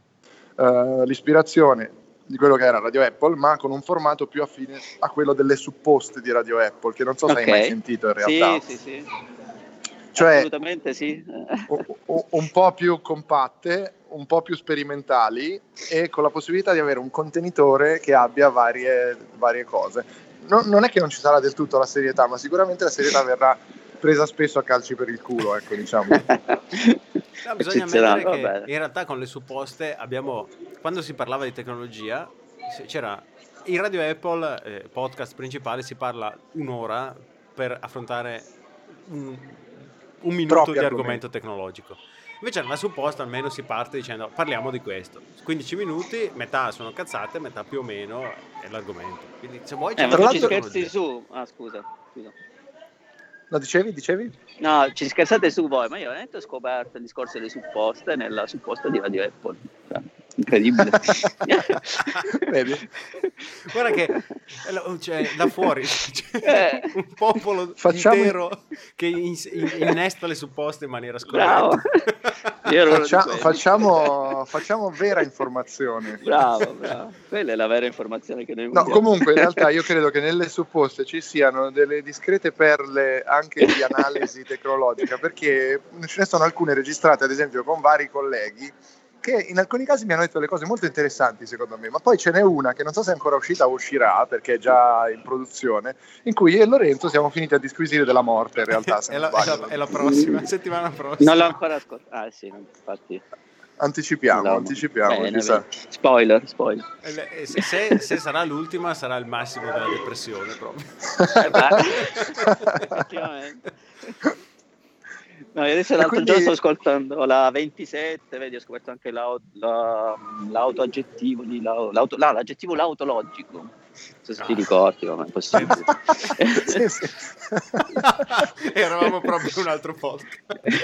E: l'ispirazione di quello che era Radio Apple, ma con un formato più affine a quello delle supposte di Radio Apple, che non so se hai mai sentito in realtà.
H: Sì.
E: Cioè,
H: assolutamente sì.
E: Un po' più compatte, un po' più sperimentali, e con la possibilità di avere un contenitore che abbia varie cose. Non è che non ci sarà del tutto la serietà, ma sicuramente la serietà verrà presa spesso a calci per il culo, ecco, diciamo.
C: No, bisogna ammettere che in realtà con le supposte quando si parlava di tecnologia, c'era in Radio Apple, podcast principale, si parla un'ora per affrontare un minuto di argomento tecnologico. Invece nella supposta almeno si parte dicendo parliamo di questo. 15 minuti, metà sono cazzate, metà più o meno è l'argomento. Quindi se vuoi
H: ma ci scherzi su. Scusa.
E: No, dicevi?
H: No, ci scherzate su voi, ma io veramente ho scoperto il discorso delle supposte nella supposta di Radio Apple. Incredibile.
C: Vedi? Guarda che da fuori c'è un popolo intero che innesta le supposte in maniera scorretta.
E: Facciamo vera informazione.
H: Bravo. Quella è la vera informazione che noi vogliamo.
E: No, comunque in realtà io credo che nelle supposte ci siano delle discrete perle anche di analisi tecnologica, perché ce ne sono alcune registrate ad esempio con vari colleghi che in alcuni casi mi hanno detto delle cose molto interessanti secondo me, ma poi ce n'è una che non so se è ancora uscita o uscirà perché è già in produzione, in cui io e Lorenzo siamo finiti a disquisire della morte in realtà.
C: È la prossima settimana prossima.
H: Non l'ho ancora ascoltato. Sì, infatti.
E: Anticipiamo.
H: Bene. Spoiler.
C: Se sarà l'ultima sarà il massimo della depressione proprio.
H: Effettivamente. No, adesso l'altro giorno sto ascoltando la 27, vedi, ho scoperto anche l'autoaggettivo l'aggettivo l'autologico. Se ti ricordi, ma è impossibile.
E: Sì.
C: Eravamo proprio un altro podcast.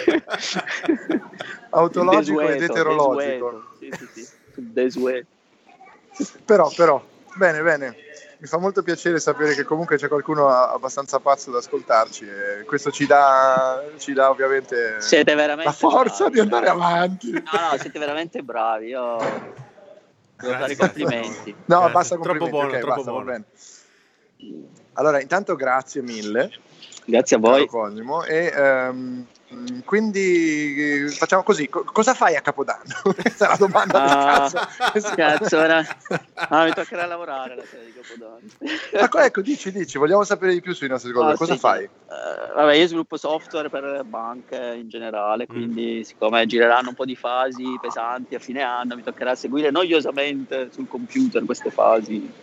E: Autologico ed eterologico.
H: Sì. Desueto.
E: Però, bene. Mi fa molto piacere sapere che comunque c'è qualcuno abbastanza pazzo ad ascoltarci, e questo ci dà ovviamente
H: siete veramente
E: la forza
H: bravi,
E: di andare avanti.
H: No, siete veramente bravi. Io devo fare i complimenti.
E: No,
C: grazie.
E: Basta complimenti.
C: Troppo buono,
E: okay,
C: troppo
E: basta,
C: buono.
E: va bene. Allora, intanto grazie mille.
H: Grazie a voi.
E: Cosimo. E quindi facciamo così: cosa fai a Capodanno? Questa è la domanda del
H: cazzo. Mi toccherà lavorare la sera di Capodanno.
E: Ecco, dici, vogliamo sapere di più sui nostri ascoltatori. Cosa fai?
H: Vabbè, io sviluppo software per banche in generale, quindi siccome gireranno un po' di fasi pesanti a fine anno, mi toccherà seguire noiosamente sul computer queste fasi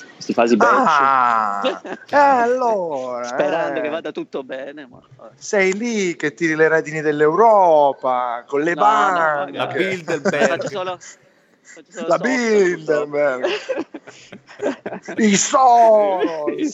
H: batch.
E: Allora
H: sperando che vada tutto bene, ma
E: sei lì che tiri le redini dell'Europa con le banche.
C: La Bilderberg.
H: Faccio solo
E: la Bilderberg. I soldi.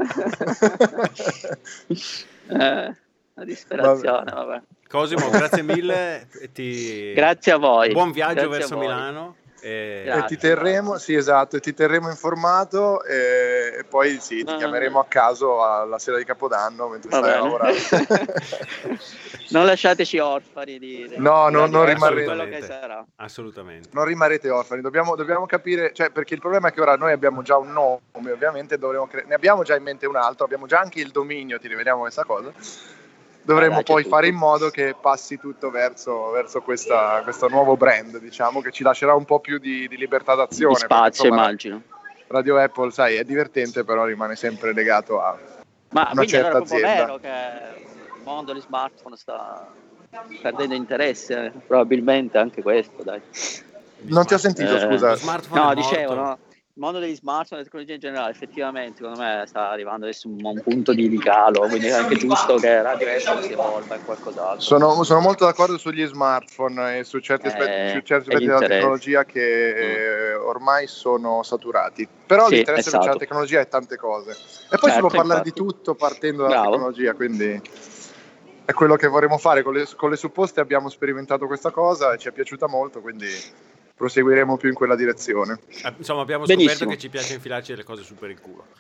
H: La disperazione, vabbè.
C: Cosimo, grazie mille.
H: Grazie a voi.
C: Buon viaggio verso Milano.
E: E ti terremo, sì, esatto, e ti terremo informato, e poi ti chiameremo a caso alla sera di Capodanno mentre stai a lavorare.
H: Non lasciateci orfani
E: non rimarrete
H: quello che sarà.
C: Assolutamente.
E: Non rimarrete orfani, dobbiamo capire, cioè, perché il problema è che ora noi abbiamo già un nome, ovviamente ne abbiamo già in mente un altro, abbiamo già anche il dominio, ti rivediamo questa cosa. dovremmo poi fare in modo che passi tutto verso questo nuovo brand, diciamo, che ci lascerà un po' più di libertà d'azione.
H: Di spazio,
E: insomma,
H: immagino.
E: Radio Apple, sai, è divertente, però rimane sempre legato a una certa
H: allora è
E: azienda.
H: vero che il mondo degli smartphone sta perdendo interesse, probabilmente anche questo, dai.
E: Non ti ho sentito, scusa.
H: No, dicevo, no? Il mondo degli smartphone e della tecnologia in generale effettivamente secondo me sta arrivando adesso a un punto di calo, quindi è anche giusto che Radio Apple si evolva in qualcos'altro.
E: Sono molto d'accordo sugli smartphone e su certi aspetti della tecnologia che ormai sono saturati, però l'interesse per la tecnologia è tante cose e poi si può parlare di tutto partendo dalla tecnologia, quindi è quello che vorremmo fare con le supposte. Abbiamo sperimentato questa cosa e ci è piaciuta molto, quindi proseguiremo più in quella direzione.
C: Insomma, abbiamo scoperto che ci piace infilarci delle cose super il culo.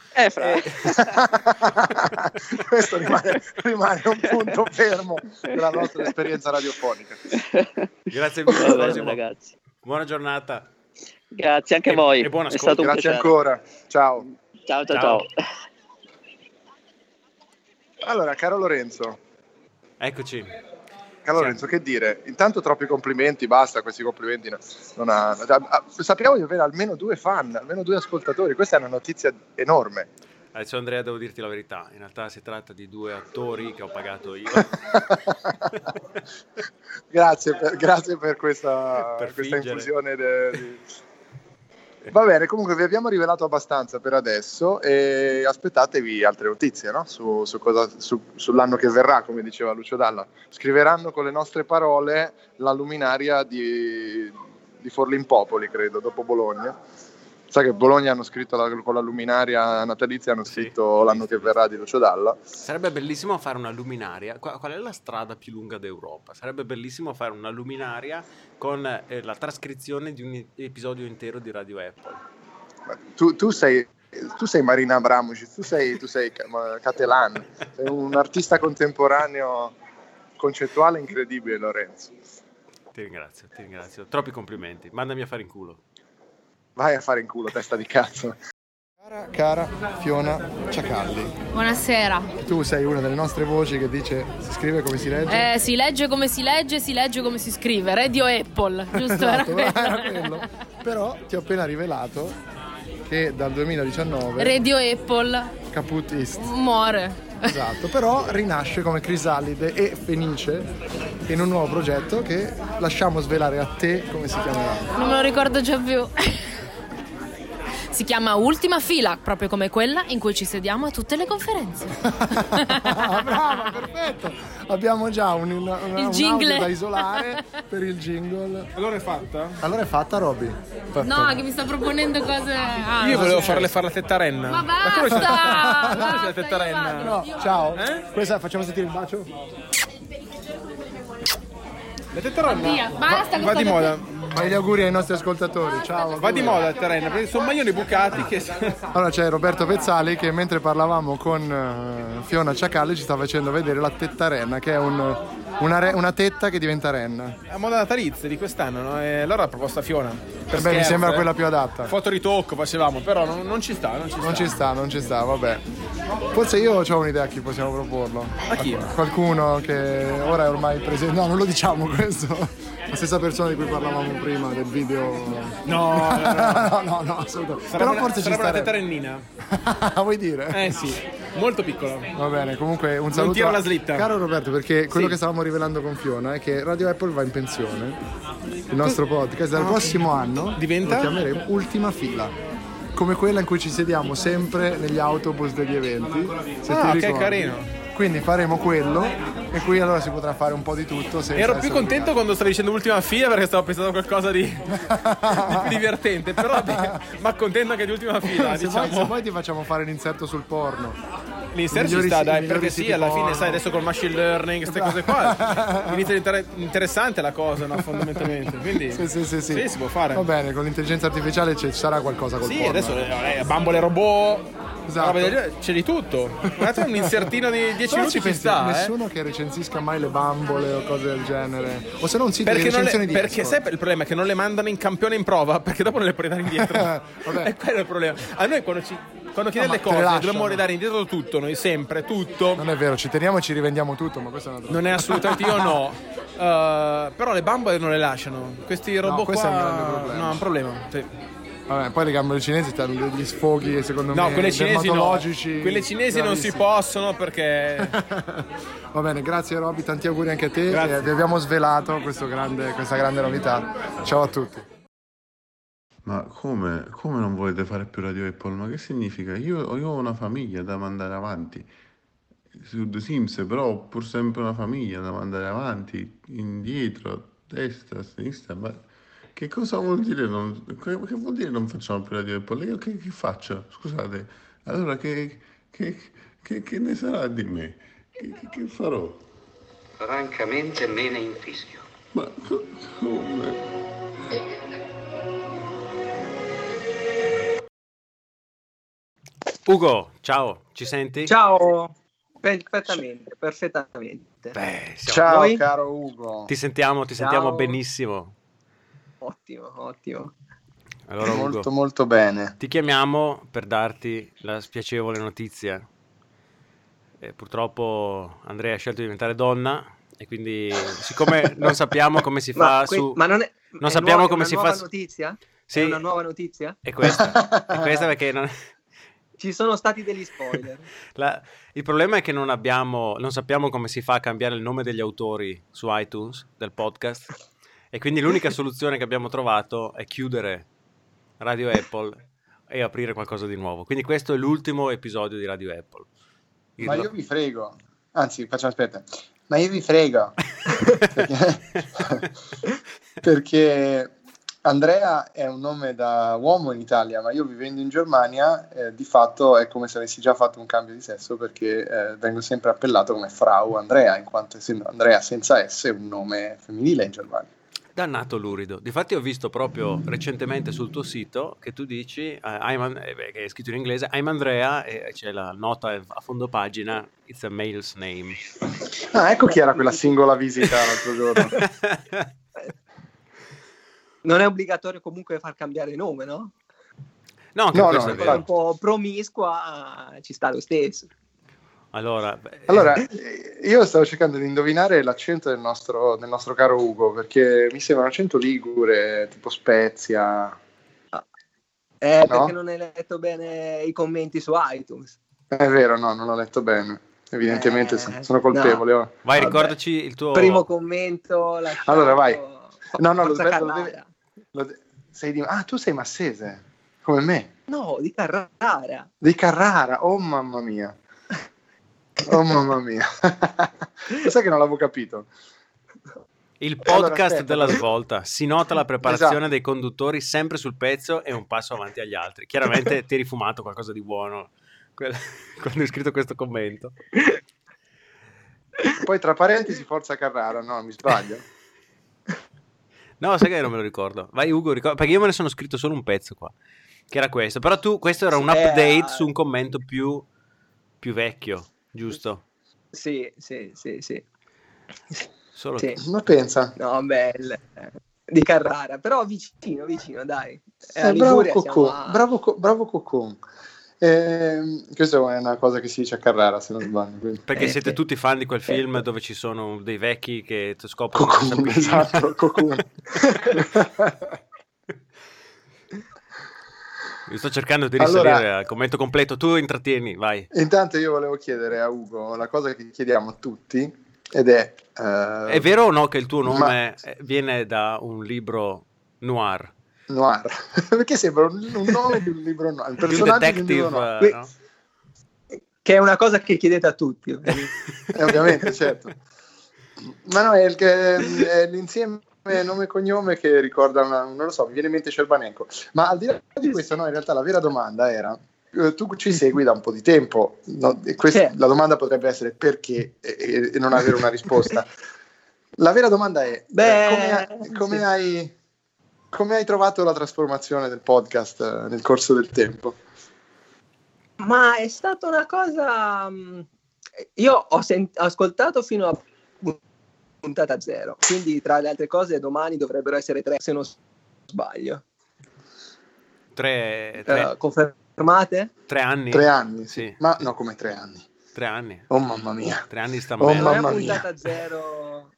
E: Questo rimane un punto fermo della nostra esperienza radiofonica.
C: Grazie mille,
H: ragazzi.
C: Buona giornata.
H: Grazie anche a voi.
C: E buon ascolto.
H: È stato un
E: Grazie
H: piacere.
E: ancora. Ciao.
H: Ciao.
E: Allora, caro Lorenzo.
C: Eccoci.
E: Lorenzo, che dire? Intanto troppi complimenti, basta, questi complimenti sappiamo di avere almeno 2 fan, almeno 2 ascoltatori, questa è una notizia enorme.
C: Adesso Andrea, devo dirti la verità, in realtà si tratta di 2 attori che ho pagato io.
E: grazie per questa infusione Va bene, comunque vi abbiamo rivelato abbastanza per adesso e aspettatevi altre notizie, no? Sull'anno che verrà, come diceva Lucio Dalla. Scriveranno con le nostre parole la luminaria di Forlimpopoli, credo, dopo Bologna. Sai che Bologna hanno scritto con la luminaria natalizia, hanno scritto l'anno che verrà di Lucio Dalla.
C: Sarebbe bellissimo fare una luminaria. Qual è la strada più lunga d'Europa? Sarebbe bellissimo fare una luminaria con la trascrizione di un episodio intero di Radio Apple.
E: Tu sei Marina Abramovic, tu sei Catelan, sei un artista contemporaneo concettuale incredibile, Lorenzo.
C: Ti ringrazio. Troppi complimenti. Mandami a fare in culo.
E: Vai a fare in culo, testa di cazzo. Cara Fiona Ciacalli.
I: Buonasera.
E: Tu sei una delle nostre voci che dice si scrive come si legge?
I: Si legge come si legge come si scrive. Radio Apple, giusto?
E: Esatto, era quello. Però ti ho appena rivelato che dal 2019
I: Radio Apple
E: Caput Ist
I: muore.
E: Esatto, però rinasce come Crisalide e Fenice in un nuovo progetto che lasciamo svelare a te come si chiamerà.
I: Non me lo ricordo già più. Si chiama Ultima Fila, proprio come quella in cui ci sediamo a tutte le conferenze.
E: Brava, perfetto. Abbiamo già un
I: jingle
E: audio da isolare per il jingle.
D: Allora è fatta?
E: Allora è fatta, Robby?
I: No, che mi sta proponendo cose.
D: Io volevo fare la tettarena.
I: Ma basta!
D: La tettarena.
E: No, ciao. Questa facciamo sentire il bacio?
D: La tettarena
I: Basta,
D: va di moda.
E: Fai gli auguri ai nostri ascoltatori, ciao.
D: Va di moda il terreno, perché sono maglioni bucati che...
E: Allora c'è Roberto Pezzali che mentre parlavamo con Fiona Ciacalli ci sta facendo vedere la tettarenna, che è una tetta che diventa renna.
D: A moda natalizia di quest'anno, no? E allora ha proposto a Fiona.
E: Beh, mi sembra quella più adatta.
D: Fotoritocco facevamo, però non ci sta.
E: Non ci sta, vabbè. Forse io ho un'idea a chi possiamo proporlo.
D: A chi?
E: Qualcuno che ora è ormai presente. No, non lo diciamo questo. La stessa persona di cui parlavamo prima del video.
D: No,
E: assolutamente. Però forse ci sta
D: una tettarennina.
E: Vuoi dire?
D: Sì, molto piccola.
E: Va bene, comunque un saluto.
D: Non tira la slitta.
E: Caro Roberto, perché quello che stavamo rivelando con Fiona è che Radio Apple va in pensione. Il nostro podcast dal prossimo anno
D: diventa?
E: Lo chiameremo Ultima Fila. Come quella in cui ci sediamo sempre negli autobus degli eventi. Se ti ricordi.
D: Che carino.
E: Quindi faremo quello e qui allora si potrà fare un po' di tutto.
D: Ero più contento quando stavi dicendo Ultima Fila perché stavo pensando a qualcosa di più divertente, però ma contento anche di Ultima Fila.
E: Se poi ti facciamo fare l'inserto sul porno.
D: L'inserto ci sta, dai, perché sì, alla fine sai adesso col machine learning, queste cose qua inizia a diventare interessante la cosa, no, fondamentalmente. Quindi sì, si può fare.
E: Va bene, con l'intelligenza artificiale ci sarà qualcosa col porno.
D: Sì, adesso bambole robot.
E: Esatto.
D: C'è di tutto. Guardate, un insertino di 10 minuti ci sta.
E: Nessuno che recensisca mai le bambole o cose del genere. O se no un sito di recensioni di
D: perché sai il problema è che non le mandano in campione in prova, perché dopo non le puoi dare indietro. È quello il problema. A noi quando
J: quando chiede le cose dobbiamo ridare indietro tutto, noi sempre, tutto.
B: Non è vero, ci teniamo e ci rivendiamo tutto, ma questo è una
J: non è assolutamente, io no. Però le bambole non le lasciano. Questi robot
B: questo
J: qua
B: è un grande problema.
J: no, è un problema. Sì.
B: Vabbè, poi le gambole cinesi hanno degli sfoghi, secondo me,
J: quelle cinesi
B: dermatologici.
J: no. Quelle cinesi non si possono perché...
B: Va bene, grazie Roby, tanti auguri anche a te. Vi abbiamo svelato questa grande novità. Ciao a tutti.
A: Ma come non volete fare più Radio Apple? Ma che significa? Io ho una famiglia da mandare avanti su The Sims, però ho pur sempre una famiglia da mandare avanti, indietro, destra, sinistra. Ma che cosa vuol dire che vuol dire non facciamo più Radio Apple? Io che faccio? Scusate, allora che ne sarà di me? Che farò?
K: Francamente me ne infischio.
A: Ma come?
C: Ugo, ciao, ci senti?
L: Ciao, perfettamente.
C: Beh,
E: ciao
L: Voi?
E: caro Ugo.
C: Ti sentiamo
L: Ciao.
C: benissimo.
L: Ottimo.
C: Allora,
E: molto
C: Ugo,
E: molto bene.
C: ti chiamiamo per darti la spiacevole notizia. Purtroppo Andrea ha scelto di diventare donna e quindi siccome non sappiamo come si fa
L: Ma non è,
C: non sappiamo come si fa
L: notizia?
C: Sì,
L: È una nuova notizia?
C: è questa perché
L: Ci sono stati degli spoiler.
C: il problema è che non sappiamo come si fa a cambiare il nome degli autori su iTunes del podcast e quindi l'unica soluzione che abbiamo trovato è chiudere Radio Apple e aprire qualcosa di nuovo. Quindi questo è l'ultimo episodio di Radio Apple.
E: Ma io vi frego. Anzi, facciamo aspetta. Ma io vi frego. perché Andrea è un nome da uomo in Italia, ma io vivendo in Germania di fatto è come se avessi già fatto un cambio di sesso, perché vengo sempre appellato come Frau Andrea, in quanto essendo Andrea senza S è un nome femminile in Germania.
C: Dannato lurido. Difatti ho visto proprio recentemente sul tuo sito che tu dici che è scritto in inglese I'm Andrea e c'è la nota a fondo pagina it's a male's name.
E: Ah, ecco chi era quella singola visita l'altro giorno.
L: Non è obbligatorio comunque far cambiare nome, no?
C: No, anche questo è vero.
L: Un po' promiscua ci sta lo stesso.
C: Allora,
E: io stavo cercando di indovinare l'accento del nostro caro Ugo, perché mi sembra un accento ligure, tipo Spezia.
L: No?
E: Perché
L: non hai letto bene i commenti su iTunes.
E: È vero, no, non l'ho letto bene. Evidentemente sono colpevole.
L: No.
C: Vai, ricordaci il tuo
L: primo commento.
E: Allora, vai. Tu sei massese, come me.
L: No, di Carrara.
E: Di Carrara, oh mamma mia. Sai che non l'avevo capito.
C: Il podcast
E: allora,
C: della svolta. Si nota la preparazione dei conduttori sempre sul pezzo e un passo avanti agli altri. Chiaramente ti eri fumato qualcosa di buono quando hai scritto questo commento.
E: Poi tra parentesi Forza Carrara, no, mi sbaglio.
C: No, sai che non me lo ricordo. Vai Ugo, perché io me ne sono scritto solo un pezzo qua, che era questo. Però questo era un update su un commento più vecchio, giusto?
L: Sì.
C: Solo
L: sì.
E: Ma pensa.
L: No, bello. Di Carrara, però vicino, dai.
E: Bravo Coccon. Questa è una cosa che si dice a Carrara, se non sbaglio. Quindi.
C: Perché siete tutti fan di quel film dove ci sono dei vecchi che scoprono
E: Cocoon, esatto, Cocoon.
C: Io sto cercando di risalire al commento completo, tu intrattieni, vai.
E: Intanto io volevo chiedere a Ugo la cosa che chiediamo a tutti, ed è
C: vero o no che il tuo nome viene da un libro noir?
E: Perché sembra un nome di un libro noir, un personaggio
C: detective,
E: di un libro noir.
C: no?
L: Che è una cosa che chiedete a tutti,
E: ovviamente, certo. Ma no, è l'insieme nome e cognome che ricorda non lo so, mi viene in mente Cerbanenko. Ma al di là di questo, no, in realtà la vera domanda era: tu ci segui da un po' di tempo, no? La domanda potrebbe essere perché e non avere una risposta. La vera domanda è come hai trovato la trasformazione del podcast nel corso del tempo?
L: Ma è stata una cosa... Io ho ascoltato fino a puntata 0, quindi tra le altre cose domani dovrebbero essere 3 se non sbaglio.
C: 3.
L: fermate?
C: 3 anni?
B: 3 anni,
C: sì.
B: Ma no, come 3 anni?
C: 3 anni.
B: Oh mamma mia.
C: 3 anni sta
B: Oh
C: bene.
B: mamma
L: puntata 0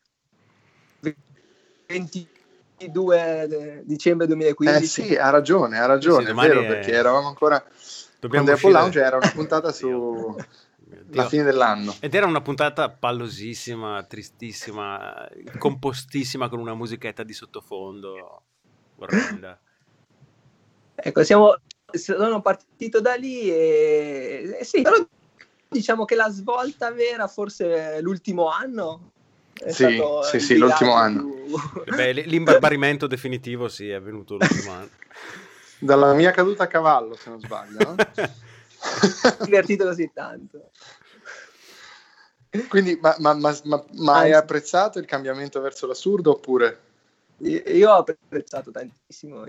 L: 22 dicembre 2015.
B: Sì, ha ragione,
C: Sì,
B: è vero, perché eravamo ancora con The Apple Lounge, era una puntata su la fine dell'anno.
C: Ed era una puntata pallosissima, tristissima, compostissima, con una musichetta di sottofondo orrenda.
L: Ecco, sono partito da lì e sì, però diciamo che la svolta vera forse è l'ultimo anno.
B: Sì, l'ultimo anno.
C: Beh, l'imbarbarimento definitivo sì, è avvenuto l'ultimo anno.
B: Dalla mia caduta a cavallo, se non sbaglio, no?
L: Divertito così tanto.
B: Quindi, ma hai apprezzato il cambiamento verso l'assurdo oppure?
L: Io ho apprezzato tantissimo.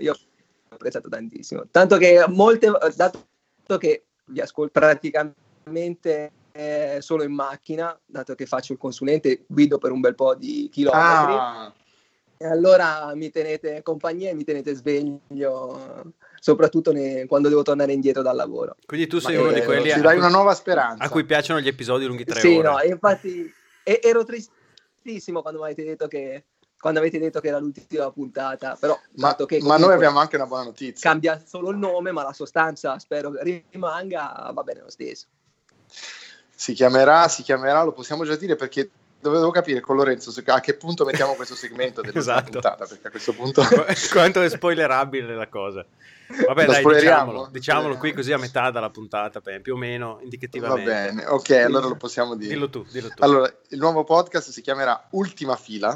L: Tanto che dato che vi ascolto praticamente solo in macchina, dato che faccio il consulente, guido per un bel po' di chilometri. E allora mi tenete compagnia e mi tenete sveglio, soprattutto quando devo tornare indietro dal lavoro.
C: Quindi tu sei uno di quelli
B: ci dai una nuova speranza.
C: A cui piacciono gli episodi lunghi 3 ore.
L: Sì, no, infatti ero tristissimo quando avete detto che era l'ultima puntata, però
B: ma noi abbiamo anche una buona notizia.
L: Cambia solo il nome, ma la sostanza spero rimanga, va bene lo stesso.
B: Si chiamerà, lo possiamo già dire, perché dovevo capire con Lorenzo a che punto mettiamo questo segmento della puntata, perché a questo punto
C: quanto è spoilerabile la cosa. Vabbè, dai, diciamolo qui così a metà della puntata, più o meno indicativamente.
B: Va bene, ok, allora lo possiamo dire.
C: Dillo tu.
B: Allora, il nuovo podcast si chiamerà Ultima Fila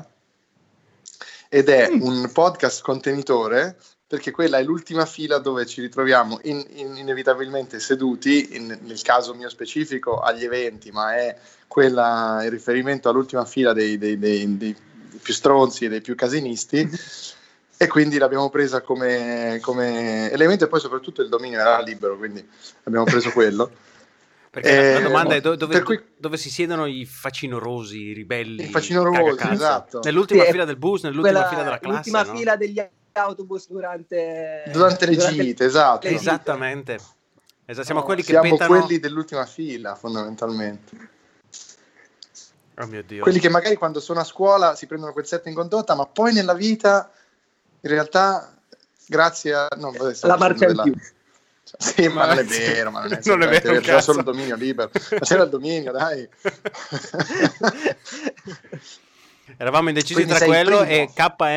B: ed è un podcast contenitore, perché quella è l'ultima fila dove ci ritroviamo inevitabilmente seduti, nel caso mio specifico agli eventi, ma è quella in riferimento all'ultima fila dei più stronzi e dei più casinisti, e quindi l'abbiamo presa come elemento, e poi soprattutto il dominio era libero, quindi abbiamo preso quello.
C: Perché la domanda è dove si siedono i facinorosi, i ribelli,
B: i facinorosi, esatto.
C: Nell'ultima fila del bus, nell'ultima fila della classe,
L: l'ultima fila degli autobus durante
B: le gite, esatto.
C: Esattamente. Siamo quelli che
B: siamo
C: petano...
B: quelli dell'ultima fila, fondamentalmente.
C: Oh mio Dio.
B: Quelli che magari quando sono a scuola si prendono quel 7 in condotta, ma poi nella vita in realtà grazie a
L: la marcia in più.
B: Sì, ma non è vero, ma non è vero, c'era solo il dominio libero, ma c'era il dominio, dai.
C: Eravamo indecisi tra quello e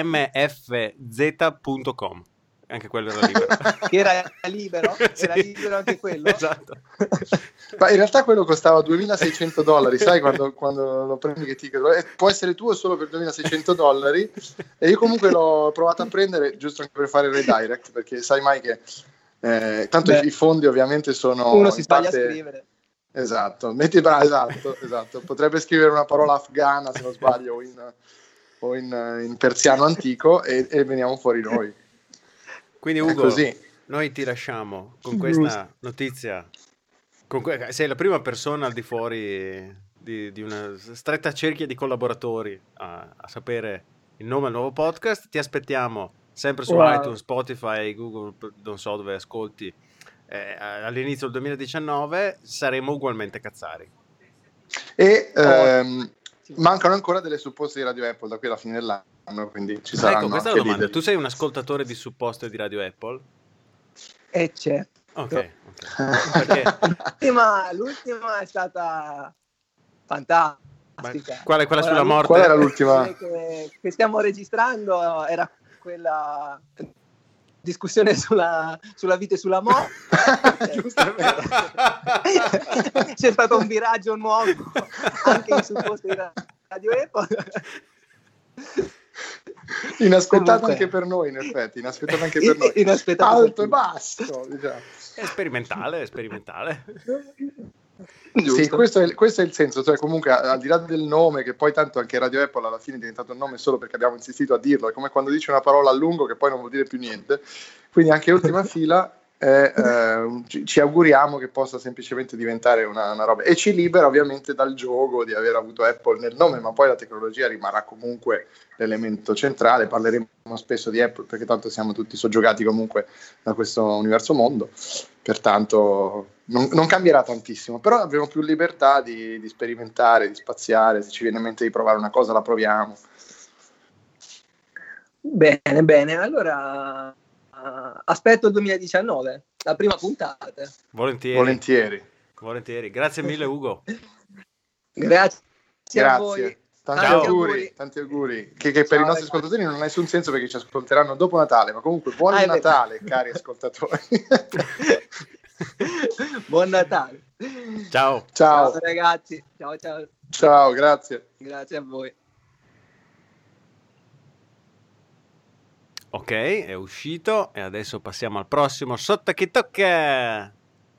C: kmfz.com, anche quello era libero.
L: Che era libero?
C: Sì.
L: Era libero anche quello?
C: Esatto.
B: Ma in realtà quello costava $2.600, sai, quando lo prendi che ti può essere tuo solo per $2.600, e io comunque l'ho provato a prendere giusto anche per fare il redirect, perché sai mai che tanto i fondi ovviamente sono...
L: Uno si sbaglia a scrivere.
B: Esatto, esatto. Potrebbe scrivere una parola afghana, se non sbaglio, o in persiano antico, e veniamo fuori noi.
C: Quindi Ugo, noi ti lasciamo con questa notizia. Sei la prima persona al di fuori di una stretta cerchia di collaboratori a sapere il nome del nuovo podcast. Ti aspettiamo sempre su iTunes, Spotify, Google, non so dove ascolti. All'inizio del 2019 saremo ugualmente cazzari.
B: E mancano ancora delle supposte di Radio Apple da qui alla fine dell'anno, quindi ci saranno.
C: Ecco, questa è la domanda. Tu sei un ascoltatore di supposte di Radio Apple?
L: Certo.
C: Ok.
L: L'ultima è stata fantastica.
C: Quella sulla morte?
B: Qual era l'ultima?
L: Che stiamo registrando era quella discussione sulla vita e sulla morte. C'è stato un viraggio nuovo anche in supposte di Radio Apple.
B: Inaspettato anche per noi, in effetti, alto e basso, diciamo.
C: È sperimentale.
B: Sì, questo è il senso, cioè comunque al di là del nome, che poi tanto anche Radio Apple alla fine è diventato un nome solo perché abbiamo insistito a dirlo, è come quando dici una parola a lungo che poi non vuol dire più niente, quindi anche Ultima Fila ci auguriamo che possa semplicemente diventare una roba, e ci libera ovviamente dal gioco di aver avuto Apple nel nome, ma poi la tecnologia rimarrà comunque l'elemento centrale. Parleremo spesso di Apple perché tanto siamo tutti soggiogati comunque da questo universo mondo, pertanto non cambierà tantissimo, però avremo più libertà di sperimentare, di spaziare. Se ci viene in mente di provare una cosa la proviamo.
L: Bene, allora aspetto il 2019, la prima puntata.
C: Volentieri. Grazie mille, Ugo.
L: Grazie a voi.
B: Tanti auguri. Che per i nostri ascoltatori non ha nessun senso perché ci ascolteranno dopo Natale, ma comunque buon Natale, cari ascoltatori.
L: Buon Natale.
C: Ciao
L: ragazzi.
B: Ciao, grazie
L: a voi.
C: Ok, è uscito e adesso passiamo al prossimo Sotto chi tocca.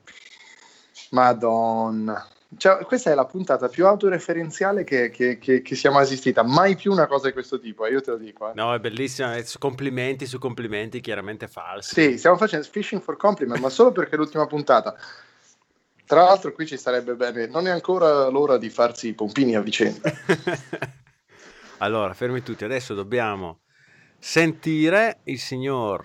B: Madonna, cioè, questa è la puntata più autoreferenziale che sia mai esistita. Mai più una cosa di questo tipo, io te lo dico.
C: No, è bellissima, complimenti su complimenti chiaramente falsi.
B: Sì, stiamo facendo fishing for compliment, ma solo perché è l'ultima puntata. Tra l'altro qui ci starebbe bene, non è ancora l'ora di farsi i pompini a vicenda.
C: Allora, fermi tutti, adesso dobbiamo sentire il signor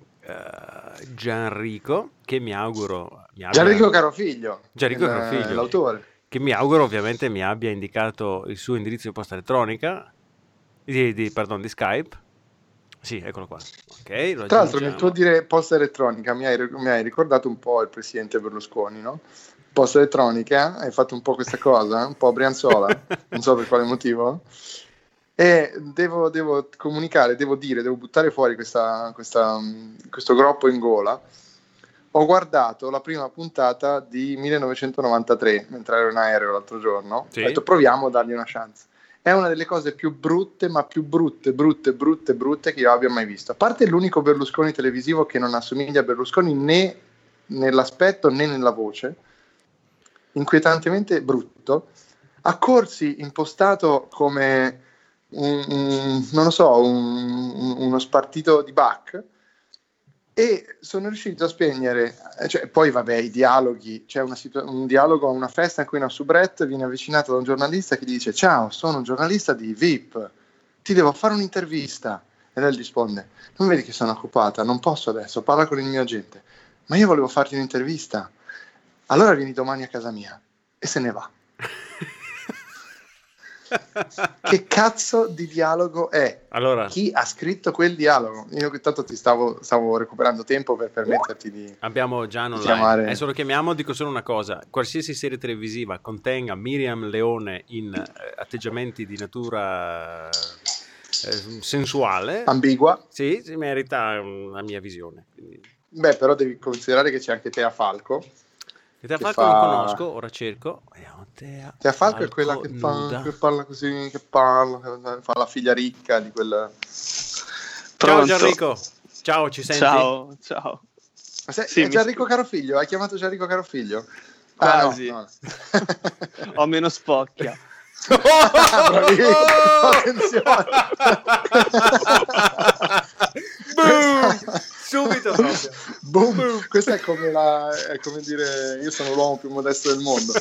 C: Gianrico, che mi auguro
B: Gianrico Carofiglio,
C: l'autore, che mi auguro ovviamente mi abbia indicato il suo indirizzo di posta elettronica di Skype. Sì, eccolo qua. Okay,
B: tra l'altro nel tuo dire posta elettronica mi hai ricordato un po' il presidente Berlusconi, no? Posta elettronica, hai fatto un po' questa cosa, un po' brianzola, non so per quale motivo. E devo comunicare, devo buttare fuori questo groppo in gola. Ho guardato la prima puntata di 1993 mentre ero in aereo l'altro giorno. Sì. Ho detto proviamo a dargli una chance. È una delle cose più brutte, ma più brutte che io abbia mai visto. A parte l'unico Berlusconi televisivo che non assomiglia a Berlusconi né nell'aspetto né nella voce, inquietantemente brutto. A Corsi impostato come uno spartito di Bach, e sono riuscito a spegnere, poi vabbè, i dialoghi, c'è un dialogo a una festa in cui una soubrette viene avvicinata da un giornalista che gli dice: ciao, sono un giornalista di VIP, ti devo fare un'intervista, e lei risponde: non vedi che sono occupata, non posso adesso, parla con il mio agente. Ma io volevo farti un'intervista. Allora vieni domani a casa mia. E se ne va. Che cazzo di dialogo è?
C: Allora,
B: chi ha scritto quel dialogo? Io tanto stavo recuperando tempo per permetterti di
C: abbiamo già online. Adesso lo chiamiamo, dico solo una cosa: qualsiasi serie televisiva contenga Miriam Leone in atteggiamenti di natura sensuale,
B: ambigua,
C: sì, si merita la mia visione. Quindi...
B: Beh, però devi considerare che c'è anche Tea Falco.
C: Tea Falco non conosco, ora cerco.
B: Tea Falco è quella che parla così, che fa la figlia ricca di quel...
C: Ciao Gianrico, ciao, ci senti?
M: Ciao.
B: È Gianrico Carofiglio, hai chiamato Gianrico Carofiglio?
M: Quasi.
B: No.
M: Ho meno spocchia.
B: Attenzione.
C: Subito proprio.
B: Boom. Questa è come dire: io sono l'uomo più modesto del mondo.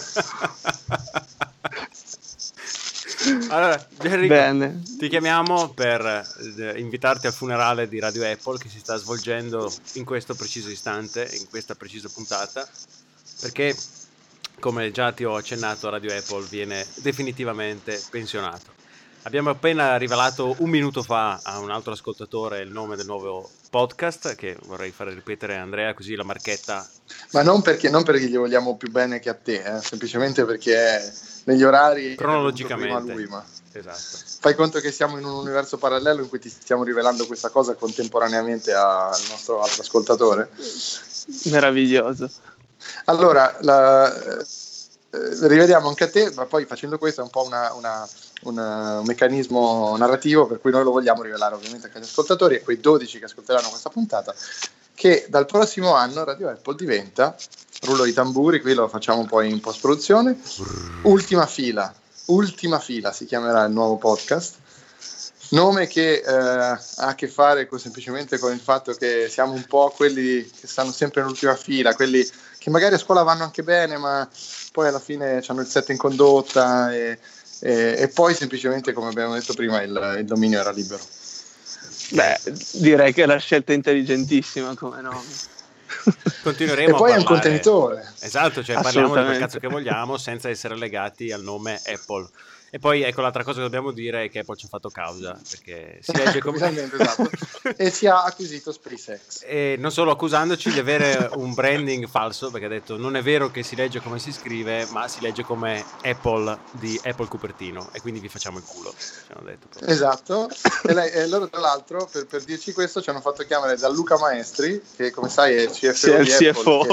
C: Allora, Gianrico,
M: bene,
C: ti chiamiamo per invitarti al funerale di Radio Apple che si sta svolgendo in questo preciso istante, in questa precisa puntata, perché, come già ti ho accennato, Radio Apple viene definitivamente pensionato. Abbiamo appena rivelato un minuto fa a un altro ascoltatore il nome del nuovo podcast, che vorrei fare ripetere a Andrea, così la marchetta.
B: Ma non perché gli vogliamo più bene che a te, semplicemente perché negli orari
C: cronologicamente
B: lui, ma
C: esatto.
B: Fai conto che siamo in un universo parallelo in cui ti stiamo rivelando questa cosa contemporaneamente al nostro altro ascoltatore.
M: Meraviglioso.
B: Allora, rivediamo anche a te, ma poi facendo questo è un po' un meccanismo narrativo per cui noi lo vogliamo rivelare ovviamente anche agli ascoltatori e quei 12 che ascolteranno questa puntata, che dal prossimo anno Radio Apple diventa, rullo i tamburi, qui lo facciamo poi in post produzione, Ultima fila si chiamerà il nuovo podcast, Nome che ha a che fare semplicemente con il fatto che siamo un po' quelli che stanno sempre nell'ultima fila, quelli che magari a scuola vanno anche bene, ma poi alla fine hanno il 7 in condotta e poi semplicemente, come abbiamo detto prima, il dominio era libero.
M: Beh, direi che è la scelta intelligentissima come nome.
C: Continueremo
B: e poi
C: a parlare.
B: È un contenitore.
C: Esatto, cioè parliamo di quel cazzo che vogliamo senza essere legati al nome Apple. E poi ecco, l'altra cosa che dobbiamo dire è che Apple ci ha fatto causa, perché si legge come
B: esatto. E ci ha acquisito SpaceX.
C: E non solo accusandoci di avere un branding falso, perché ha detto non è vero che si legge come si scrive, ma si legge come Apple di Apple Cupertino, e quindi vi facciamo il culo, ci hanno detto proprio.
B: Esatto. E loro tra l'altro per dirci questo ci hanno fatto chiamare da Luca Maestri, che come sai è il CFO di Apple,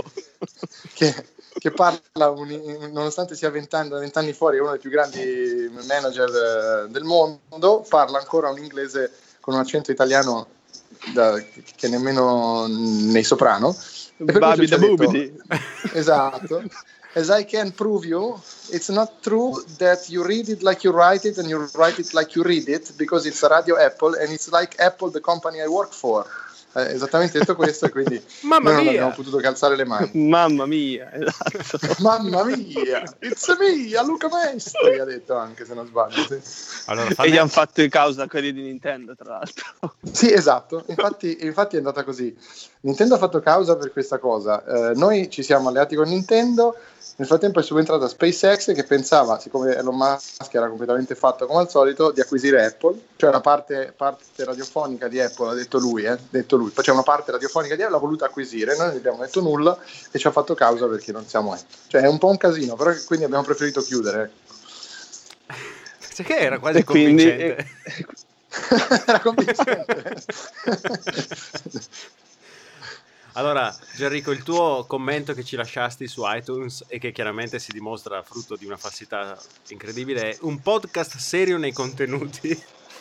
B: che parla, nonostante sia 20 anni fuori, è uno dei più grandi manager del mondo, parla ancora un inglese con un accento italiano che nemmeno nei soprano.
M: Babi da bubidi.
B: Esatto. As I can prove you, it's not true that you read it like you write it and you write it like you read it, because it's a Radio Apple and it's like Apple, the company I work for. Esattamente detto questo, e quindi noi non abbiamo potuto calzare le mani.
M: Mamma mia, esatto.
B: Mamma mia, it's me, a Luca Maestri, ha detto anche, se non sbaglio. Sì.
C: Allora,
M: e gli hanno fatto in causa quelli di Nintendo, tra l'altro.
B: Sì, esatto, infatti è andata così. Nintendo ha fatto causa per questa cosa. Noi ci siamo alleati con Nintendo. Nel frattempo è subentrata SpaceX, che pensava, siccome Elon Musk era completamente fatto come al solito, di acquisire Apple, cioè la parte radiofonica di Apple, ha detto lui, poi c'è una parte radiofonica di Apple, l'ha voluta acquisire, noi non gli abbiamo detto nulla e ci ha fatto causa perché non siamo Apple. Cioè è un po' un casino, però quindi abbiamo preferito chiudere.
C: Sai che era quasi convincente.
B: Era convincente.
C: Allora, Gianrico, il tuo commento che ci lasciasti su iTunes e che chiaramente si dimostra frutto di una falsità incredibile è un podcast serio nei contenuti.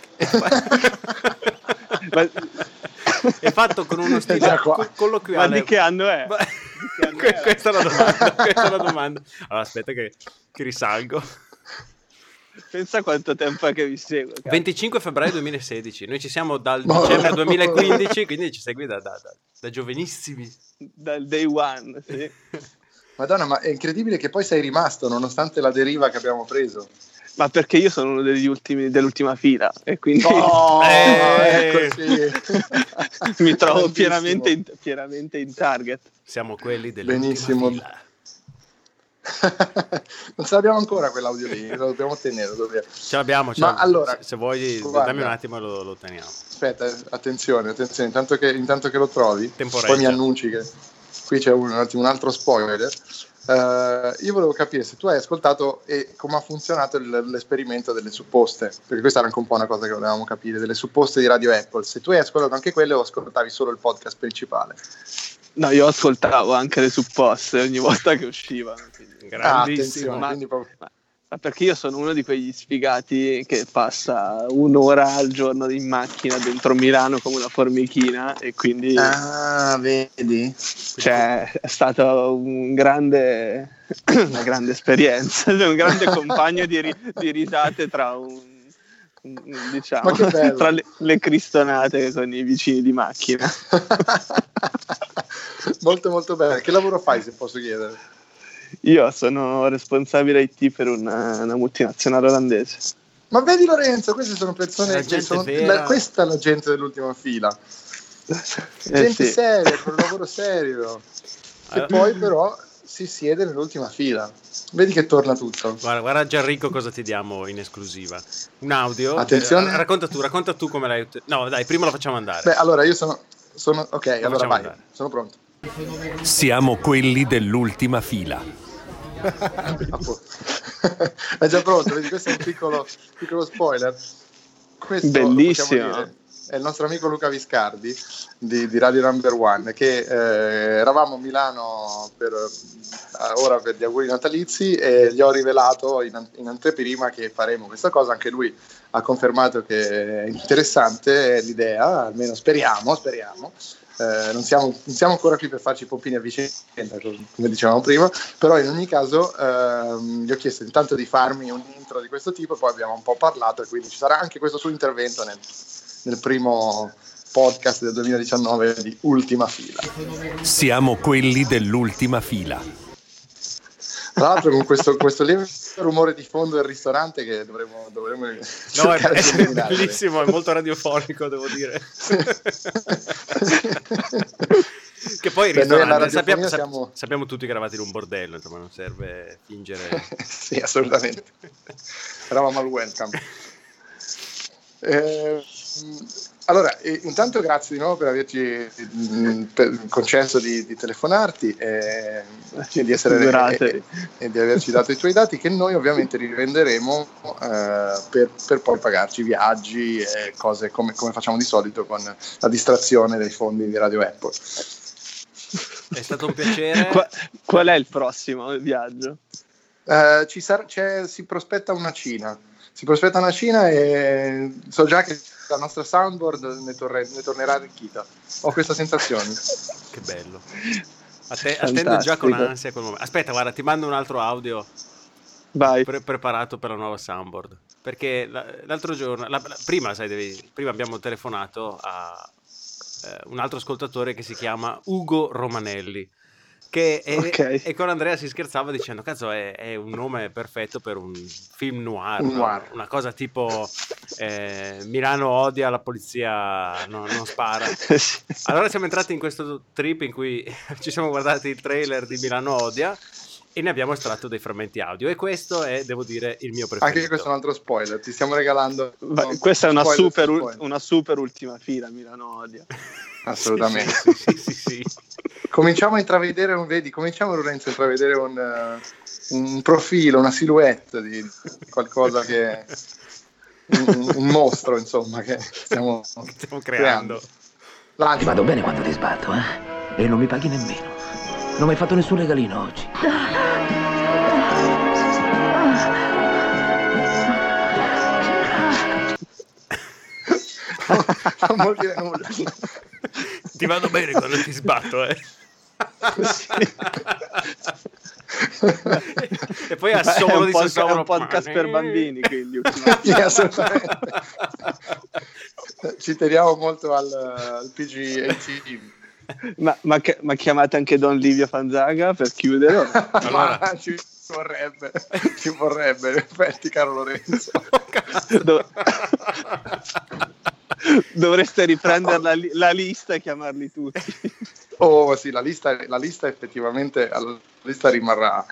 C: È fatto con uno stile colloquiale.
M: Ma di che anno è?
C: Questa è la domanda. Allora, aspetta che risalgo.
M: Pensa quanto tempo è che vi seguo.
C: 25 febbraio 2016. Noi ci siamo dal dicembre 2015, quindi ci segui da giovanissimi.
M: Dal day one, sì.
B: Madonna, ma è incredibile che poi sei rimasto nonostante la deriva che abbiamo preso.
M: Ma perché io sono uno degli ultimi dell'ultima fila e quindi mi trovo pienamente in target.
C: Siamo quelli dell'ultima fila.
B: Non ce l'abbiamo ancora quell'audio lì, lo dobbiamo ottenere.
C: Ce l'abbiamo,
B: ma allora,
C: se vuoi, guarda, dammi un attimo e lo otteniamo.
B: Aspetta, attenzione, intanto che lo trovi, poi mi annunci che qui c'è un altro spoiler. Io volevo capire se tu hai ascoltato e come ha funzionato l'esperimento delle supposte, perché questa era anche un po' una cosa che volevamo capire, delle supposte di Radio Apple. Se tu hai ascoltato anche quelle o ascoltavi solo il podcast principale?
M: No, io ascoltavo anche le supposte ogni volta che uscivano.
C: Grandissimo.
M: Ma perché io sono uno di quegli sfigati che passa un'ora al giorno in macchina dentro Milano come una formichina e quindi
B: vedi?
M: Cioè è stata una grande esperienza, un grande compagno di risate tra diciamo tra le cristonate con i vicini di macchina.
B: Molto molto bene. Che lavoro fai, se posso chiedere?
M: Io sono responsabile IT per una multinazionale olandese.
B: Ma vedi Lorenzo, queste sono persone questa è la gente dell'ultima fila. Gente seria, con un lavoro serio. E poi però si siede nell'ultima fila. Vedi che torna tutto.
C: Guarda Gianrico cosa ti diamo in esclusiva. Un audio.
B: Attenzione.
C: Racconta tu come l'hai. No, dai, prima lo facciamo andare.
B: Beh, allora io sono ok, allora vai. Andare. Sono pronto.
N: Siamo quelli dell'ultima fila.
B: È già pronto, vedi, questo è un piccolo spoiler. Questo
M: bellissimo.
B: è il nostro amico Luca Viscardi di Radio Number One, che eravamo a Milano ora per gli auguri natalizi, e gli ho rivelato in anteprima che faremo questa cosa. Anche lui ha confermato che è interessante l'idea, almeno speriamo. Non siamo ancora qui per farci pompini a vicenda, come dicevamo prima, però in ogni caso gli ho chiesto intanto di farmi un intro di questo tipo, poi abbiamo un po' parlato, e quindi ci sarà anche questo suo intervento nel primo podcast del 2019 di Ultima Fila.
N: Siamo quelli dell'ultima fila.
B: Tra l'altro con questo lieve rumore di fondo del ristorante che dovremmo
C: no, è bellissimo, è molto radiofonico, devo dire. Che poi il ristorante, sappiamo tutti che eravate in un bordello, insomma non serve fingere.
B: Sì, assolutamente. Eravamo al welcome. Allora, intanto grazie di nuovo per averci concesso di telefonarti e di averci dato i tuoi dati, che noi ovviamente rivenderemo per poi pagarci viaggi e cose come facciamo di solito con la distrazione dei fondi di Radio Apple.
C: È stato un piacere.
M: Qual è il prossimo viaggio?
B: Si prospetta una Cina. E so già che la nostra soundboard ne tornerà arricchita. Ho questa sensazione.
C: Che bello. Attendo già con ansia quel momento. Aspetta, guarda, ti mando un altro audio.
M: Vai.
C: Preparato per la nuova soundboard. Perché l'altro giorno, prima abbiamo telefonato a un altro ascoltatore che si chiama Ugo Romanelli. E con Andrea si scherzava dicendo cazzo è un nome perfetto per un film noir, una cosa tipo Milano odia, la polizia non spara. Allora siamo entrati in questo trip in cui ci siamo guardati il trailer di Milano odia e ne abbiamo estratto dei frammenti audio, e questo è, devo dire, il mio preferito.
B: Anche questo è un altro spoiler, ti stiamo regalando
M: questa è una super ultima fila, Milano odia.
B: Assolutamente.
C: Sì.
B: Cominciamo Lorenzo a intravedere un profilo, una silhouette di qualcosa che un mostro, insomma, che stiamo creando.
O: Ti vado bene quando ti sbatto, e non mi paghi nemmeno. Non mi hai fatto nessun regalino oggi.
B: Non vuol dire nulla.
C: Ti vado bene quando ti sbatto, E poi assolo di
M: è un podcast per bambini, quindi
B: sì, assolutamente. Ci teniamo molto al PG-18.
M: Ma chiamate anche Don Livio Fanzaga per chiudere?
B: Allora. Ci vorrebbe, in effetti, caro Lorenzo.
M: Dovreste riprendere la lista e chiamarli tutti.
B: Oh sì, la lista effettivamente rimarrà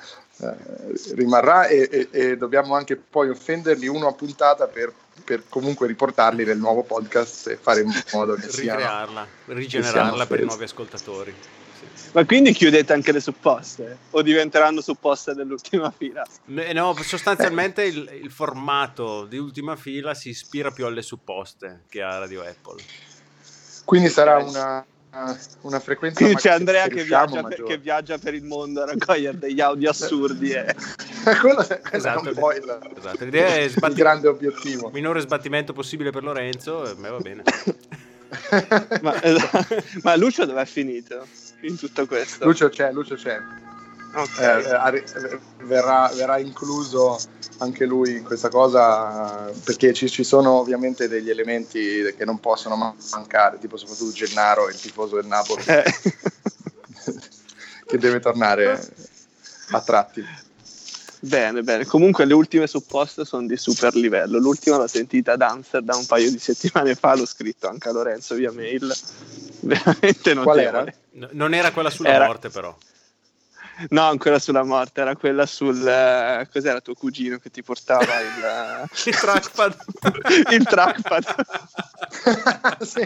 B: e dobbiamo anche poi offenderli uno a puntata per comunque riportarli nel nuovo podcast e fare in modo che
C: rigenerarla per i nuovi ascoltatori.
M: Ma quindi chiudete anche le supposte? O diventeranno supposte dell'ultima fila?
C: No, sostanzialmente il formato di ultima fila si ispira più alle supposte che a Radio Apple.
B: Quindi sarà una frequenza.
M: Quindi c'è Andrea che viaggia per il mondo a raccogliere degli audio assurdi.
B: Quello
C: esatto.
B: È un po'
C: L'idea è
B: il grande obiettivo.
C: Minore sbattimento possibile per Lorenzo, a me va bene.
M: ma Lucio dov'è finito in tutto questo?
B: Lucio c'è.
M: Okay.
B: Verrà incluso anche lui in questa cosa, perché ci sono ovviamente degli elementi che non possono mancare, tipo soprattutto Gennaro, il tifoso del Napoli, che deve tornare a tratti.
M: Bene. Comunque le ultime supposte sono di super livello. L'ultima l'ho sentita ad Amsterdam un paio di settimane fa, l'ho scritto anche a Lorenzo via mail. Veramente notevole.
B: Qual era?
C: Non era quella sulla morte, però.
M: No, ancora sulla morte, era quella sul cos'era tuo cugino che ti portava
C: il trackpad.
M: Il trackpad.
B: Sì.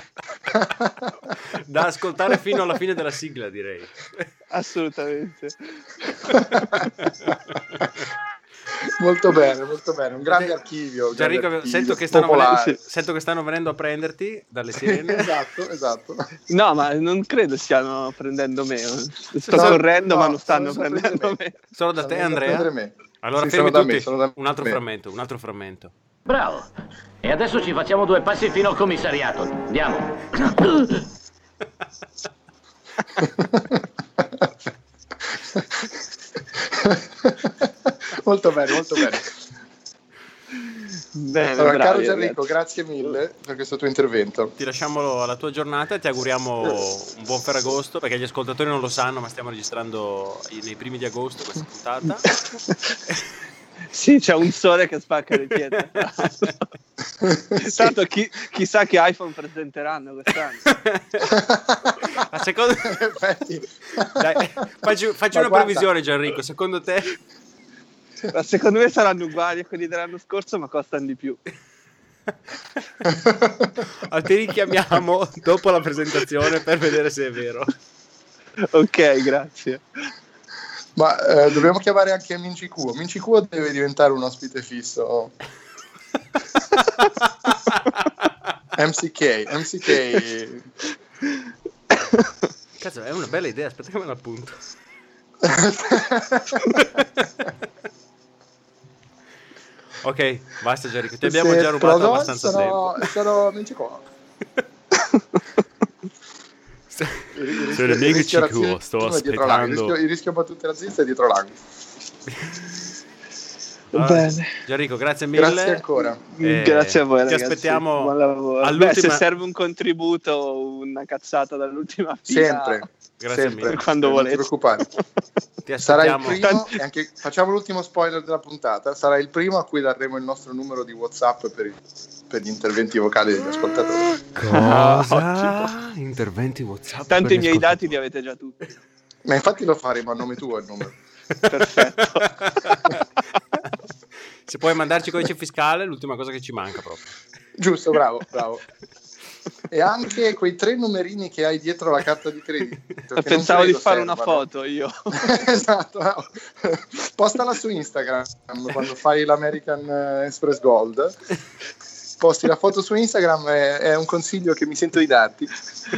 C: Da ascoltare fino alla fine della sigla, direi.
M: Assolutamente.
B: Molto bene, un grande archivio.
C: Gianrico, sento che stanno venendo a prenderti dalle sirene.
B: Esatto.
M: No, ma non credo stiano prendendo me. Sto correndo, ma non stanno prendendo me.
C: Solo da te, Andrea? Allora
B: sì,
C: fermi tutti. Un altro frammento.
O: Bravo. E adesso ci facciamo 2 passi fino al commissariato. Andiamo.
B: Molto bene. Allora,
M: bravi,
B: caro Gianrico, grazie mille per questo tuo intervento.
C: Ti lasciamo alla tua giornata e ti auguriamo un buon Ferragosto, perché gli ascoltatori non lo sanno, ma stiamo registrando nei primi di agosto questa puntata.
M: Sì, c'è un sole che spacca le pietre. Tanto chissà che iPhone presenteranno quest'anno.
C: A secondo... Dai, facci una previsione, Gianrico, secondo te?
M: Ma secondo me saranno uguali a quelli dell'anno scorso, ma costano di più.
C: Ti richiamiamo dopo la presentazione per vedere se è vero.
M: Ok, grazie.
B: Ma dobbiamo chiamare anche Minci Cuo. Minci Cuo deve diventare un ospite fisso. MCK.
C: Cazzo, è una bella idea, aspetta che me l'appunto. Ok, basta Gianrico, ti abbiamo già rubato abbastanza tempo.
B: Sono Minci Cuo.
C: Sono Minci Cuo, sto aspettando.
B: Il rischio battute razziste è dietro l'angolo.
M: Bene.
C: Gianrico, grazie mille.
B: Grazie ancora.
M: Grazie a voi, ragazzi.
C: Ti aspettiamo
M: buon lavoro.
C: all'ultima...
M: se serve un contributo, una cazzata dall'ultima fila.
B: Sempre.
M: Mille. Quando volete.
B: Non ti preoccupare.
C: Ti
B: sarà il primo, e anche, facciamo l'ultimo spoiler della puntata, sarà il primo a cui daremo il nostro numero di WhatsApp per gli interventi vocali degli ascoltatori.
C: Cosa? Interventi WhatsApp?
M: Tanto i miei dati li avete già tutti.
B: Ma infatti lo faremo a nome tuo il numero.
M: Perfetto.
C: Se puoi mandarci codice fiscale, l'ultima cosa che ci manca proprio.
B: Giusto, bravo. E anche quei 3 numerini che hai dietro la carta di credito.
M: Pensavo di fare una foto io.
B: Esatto, no. Postala su Instagram quando fai l'American Express Gold. Posti la foto su Instagram, è un consiglio che mi sento di darti.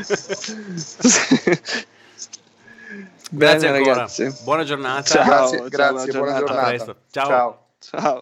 C: Grazie ancora.
M: Ragazzi.
C: Buona giornata.
B: Ciao, grazie, buona giornata.
C: A presto.
M: Ciao.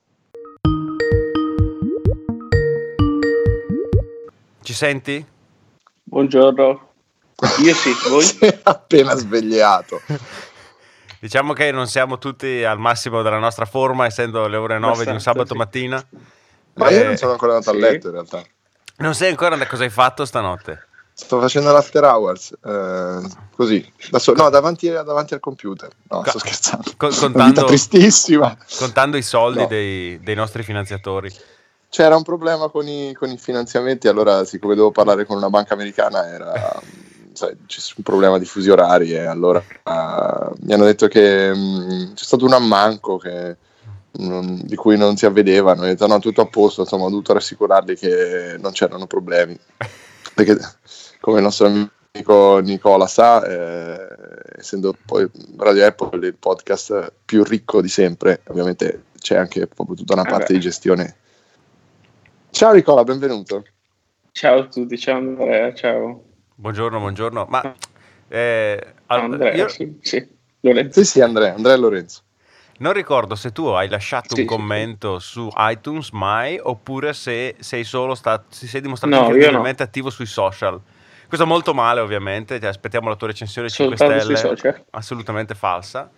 C: Ci senti?
G: Buongiorno. Io sì, voi?
B: Si è appena svegliato.
C: Diciamo che non siamo tutti al massimo della nostra forma, essendo le ore 9 di un sabato mattina.
B: Ma io non sono ancora andato a letto in realtà.
C: Non sai ancora cosa hai fatto stanotte?
B: Sto facendo l'after hours, così, davanti al computer. No, sto scherzando. Una vita tristissima.
C: Contando i soldi dei nostri finanziatori.
B: C'era un problema con i finanziamenti, allora siccome devo parlare con una banca americana c'è un problema di fusi orari e allora mi hanno detto che c'è stato un ammanco di cui non si avvedevano. Ho detto no, tutto a posto, insomma ho dovuto rassicurarli che non c'erano problemi, perché come il nostro amico Nicola sa, essendo poi Radio Apple il podcast più ricco di sempre, ovviamente c'è anche proprio tutta una parte di gestione. Ciao Nicola, benvenuto.
G: Ciao a tutti, ciao Andrea, ciao.
C: Buongiorno. Ma
G: Andrea, sì. Lorenzo.
B: Sì, Andrea e Lorenzo.
C: Non ricordo se tu hai lasciato un commento su iTunes mai, oppure se sei si sei dimostrato incredibilmente attivo sui social. Questo molto male, ovviamente. Aspettiamo la tua recensione 5 stelle. Assolutamente falsa.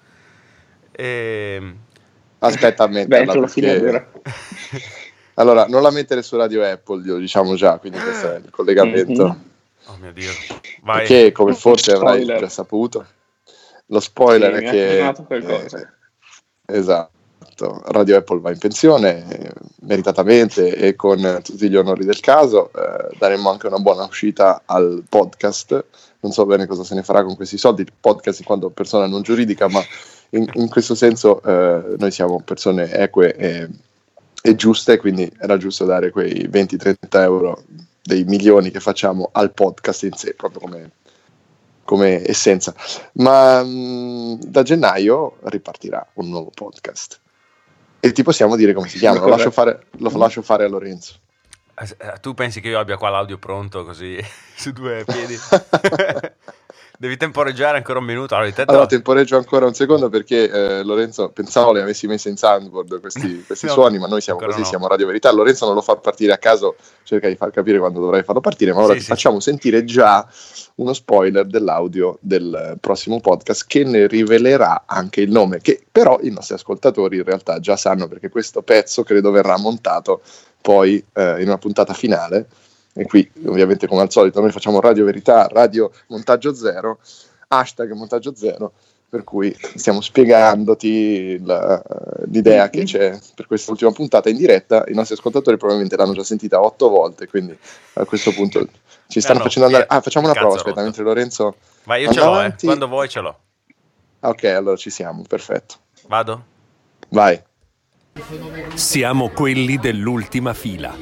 B: Aspetta a metterla. Allora, non la mettere su Radio Apple, lo diciamo già, quindi questo è il collegamento.
C: Oh mio Dio. Vai.
B: Perché, come forse avrai già saputo, lo spoiler è che... Esatto, Radio Apple va in pensione, meritatamente e con tutti gli onori del caso. Daremo anche una buona uscita al podcast. Non so bene cosa se ne farà con questi soldi, il podcast in quanto persona non giuridica, ma in questo senso noi siamo persone eque e giuste, quindi era giusto dare quei 20-30 euro dei milioni che facciamo al podcast in sé, proprio come essenza. Ma da gennaio ripartirà un nuovo podcast.
E: e ti possiamo dire come si chiama. Lo lascio fare a Lorenzo.
C: Tu pensi che io abbia qua l'audio pronto così su due piedi? Devi temporeggiare ancora un minuto.
E: Allora temporeggio ancora un secondo perché Lorenzo, pensavo le avessi messe in soundboard questi no, suoni, ma noi siamo così, no. Siamo Radio Verità. Lorenzo non lo fa partire a caso, cerca di far capire quando dovrei farlo partire, ma ora ti facciamo sentire già uno spoiler dell'audio del prossimo podcast che ne rivelerà anche il nome, che però i nostri ascoltatori in realtà già sanno, perché questo pezzo credo verrà montato poi in una puntata finale. E qui ovviamente come al solito noi facciamo Radio Verità, Radio Montaggio Zero, #Montaggio Zero, per cui stiamo spiegandoti l'idea che c'è per questa ultima puntata in diretta. I nostri ascoltatori probabilmente l'hanno già sentita 8 volte, quindi a questo punto ci stanno facendo andare. Facciamo una prova, aspetta, mentre Lorenzo
C: vai, io ce l'ho, quando vuoi ce l'ho.
E: Ok, allora ci siamo, perfetto.
C: Vado?
E: Vai.
N: Siamo quelli dell'ultima fila.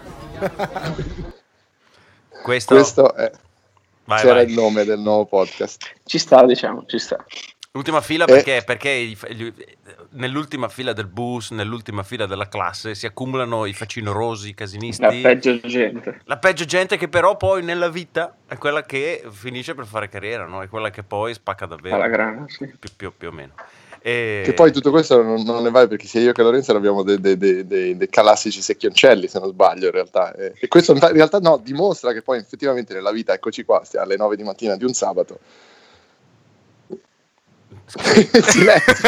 E: Questo è c'era il nome del nuovo podcast.
M: Ci sta, diciamo, ci sta.
C: L'ultima fila perché nell'ultima fila del bus, nell'ultima fila della classe si accumulano i facinorosi, i casinisti.
M: La peggio gente.
C: La peggio gente che però poi nella vita è quella che finisce per fare carriera, no? È quella che poi spacca davvero.
M: Alla grana, sì.
C: Più o meno.
E: Che poi tutto questo non ne vale, perché sia io che Lorenzo abbiamo dei classici secchioncelli, se non sbaglio in realtà, e questo in realtà no, dimostra che poi effettivamente nella vita, eccoci qua, stiamo alle 9 di mattina di un sabato. Silenzio.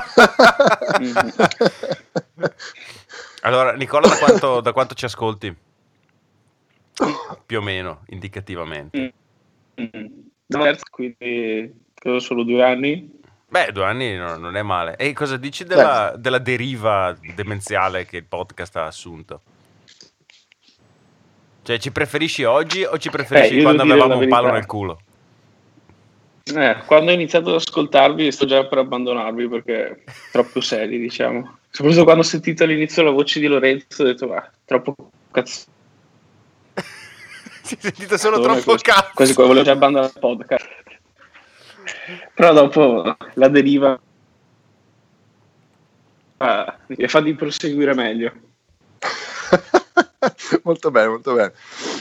C: Allora Nicola, da quanto ci ascolti? Più o meno, indicativamente.
M: Quindi credo solo 2 anni.
C: Beh, 2 anni non è male. E cosa dici della deriva demenziale che il podcast ha assunto? Cioè, ci preferisci oggi o ci preferisci quando avevamo un palo nel culo?
M: Quando ho iniziato ad ascoltarvi sto già per abbandonarvi, perché troppo seri, diciamo. Soprattutto quando ho sentito all'inizio la voce di Lorenzo ho detto, troppo cazzo.
C: Si è sentito solo troppo cazzo.
M: Quasi volevo già abbandonare il podcast. Però dopo la deriva mi fa di proseguire meglio.
E: Molto bene, molto bene.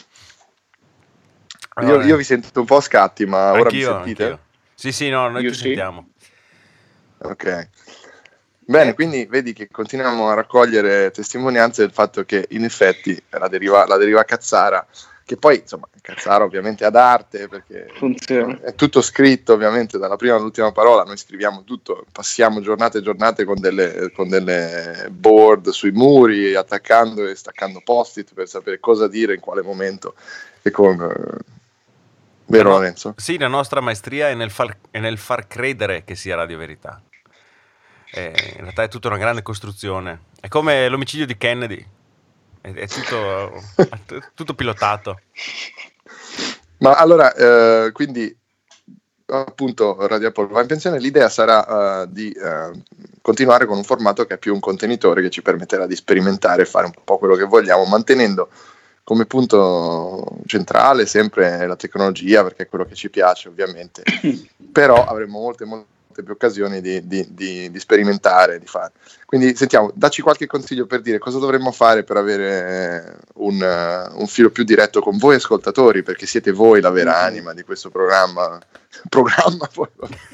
E: Allora, io vi sento un po' a scatti, ma ora mi sentite?
C: Anch'io. Sì, no, noi ti sentiamo.
E: Ok. Bene, quindi vedi che continuiamo a raccogliere testimonianze del fatto che in effetti la deriva cazzara, che poi insomma cazzara ovviamente ad arte, perché
M: funziona.
E: È tutto scritto ovviamente dalla prima all'ultima parola, noi scriviamo tutto, passiamo giornate e giornate con delle board sui muri, attaccando e staccando post-it per sapere cosa dire in quale momento, e con vero Lorenzo?
C: Sì, la nostra maestria è nel far credere che sia Radio Verità. In realtà è tutta una grande costruzione, è come l'omicidio di Kennedy. È tutto pilotato.
E: Ma allora, quindi appunto Radio Apple va in pensione. L'idea sarà di continuare con un formato che è più un contenitore, che ci permetterà di sperimentare e fare un po' quello che vogliamo, mantenendo come punto centrale sempre la tecnologia, perché è quello che ci piace ovviamente, però avremo molte più occasioni di sperimentare, di fare. Quindi sentiamo, dacci qualche consiglio per dire cosa dovremmo fare per avere un filo più diretto con voi ascoltatori, perché siete voi la vera anima di questo programma poi.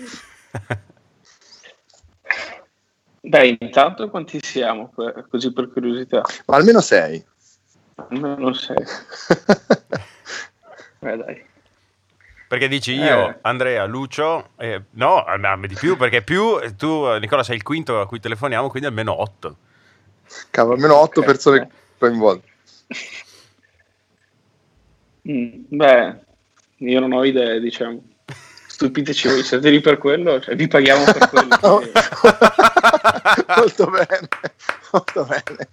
M: Beh, intanto quanti siamo, così per curiosità?
E: Ma almeno 6.
M: Almeno 6. Dai.
C: Perché dici io, Andrea, Lucio, no, di più, perché più tu, Nicola, sei il quinto a cui telefoniamo, quindi almeno 8.
E: Cavolo, almeno 8 persone coinvolte.
M: Beh, io non ho idee, diciamo. Stupiteci voi, siete lì per quello, cioè vi paghiamo per quello.
E: Molto bene, molto bene.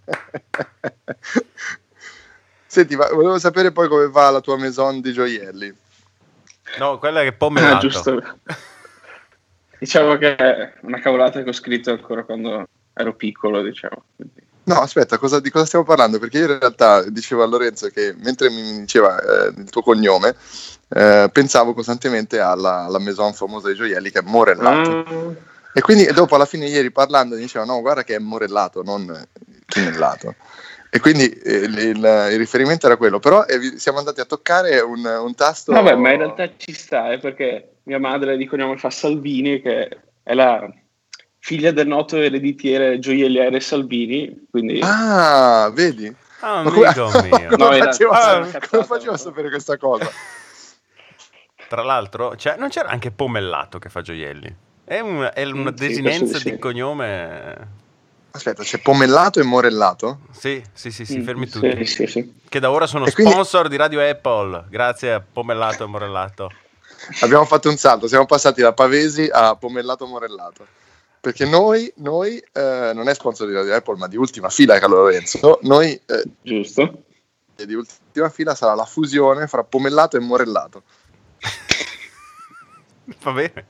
E: Senti, volevo sapere poi come va la tua maison di gioielli.
C: No, quella che poi me
M: giusto. Diciamo che è una cavolata che ho scritto ancora quando ero piccolo, diciamo. Quindi.
E: No, aspetta, di cosa stiamo parlando? Perché io in realtà dicevo a Lorenzo che mentre mi diceva il tuo cognome, pensavo costantemente alla maison famosa dei gioielli che è Morellato. E quindi dopo alla fine ieri parlando diceva no, guarda che è morellato, non chinellato. E quindi il riferimento era quello, però siamo andati a toccare un tasto.
M: Vabbè, ma in realtà ci sta, perché mia madre di cognome fa Salvini, che è la figlia del noto ereditiere gioielliere Salvini, quindi...
E: Ah, vedi?
C: Amico mio.
E: Come facevo a sapere questa cosa?
C: Tra l'altro, non c'era anche Pomellato che fa gioielli? È una desinenza di cognome...
E: Aspetta, c'è Pomellato e Morellato?
C: Sì, fermi tutti.
M: Sì.
C: Che da ora sono sponsor di Radio Apple, grazie a Pomellato e Morellato.
E: Abbiamo fatto un salto, siamo passati da Pavesi a Pomellato Morellato. Perché noi non è sponsor di Radio Apple, ma di Ultima Fila, Carlo Lorenzo. Noi,
M: giusto.
E: E di Ultima Fila sarà la fusione fra Pomellato e Morellato.
C: Va bene.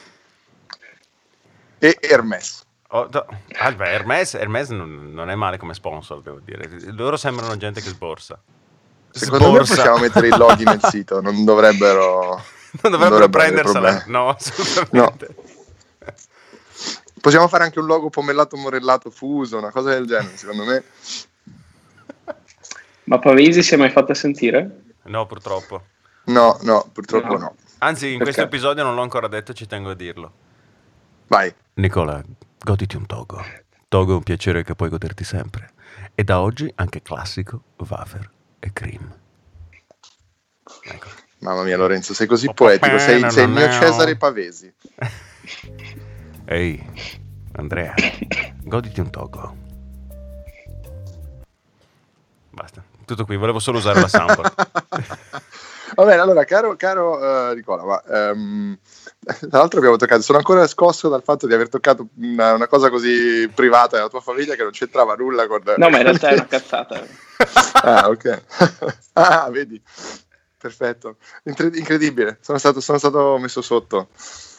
E: E Hermes.
C: Hermes non è male come sponsor, devo dire. Loro sembrano gente che sborsa.
E: Secondo me possiamo mettere i loghi nel sito, non dovrebbero
C: prendersela. No, assolutamente.
E: No. Possiamo fare anche un logo Pomellato Morellato fuso, una cosa del genere, secondo me.
M: Ma Pavesi si è mai fatta sentire?
C: No, purtroppo.
E: No, purtroppo no.
C: Anzi, in questo episodio non l'ho ancora detto, ci tengo a dirlo.
E: Vai.
C: Nicola, goditi un Togo. Togo è un piacere che puoi goderti sempre. E da oggi anche classico, wafer e cream. Ecco.
E: Mamma mia, Lorenzo, sei così poetico, sei il mio Cesare Pavesi.
C: Ehi, Andrea, goditi un Togo. Basta, tutto qui, volevo solo usare la sample.
E: Va bene, allora, caro Nicola, ma tra l'altro abbiamo toccato, sono ancora scosso dal fatto di aver toccato una cosa così privata della tua famiglia che non c'entrava nulla con...
M: No, ma in realtà è una cazzata.
E: Ah, ok. Ah, vedi, perfetto, incredibile, sono stato messo sotto.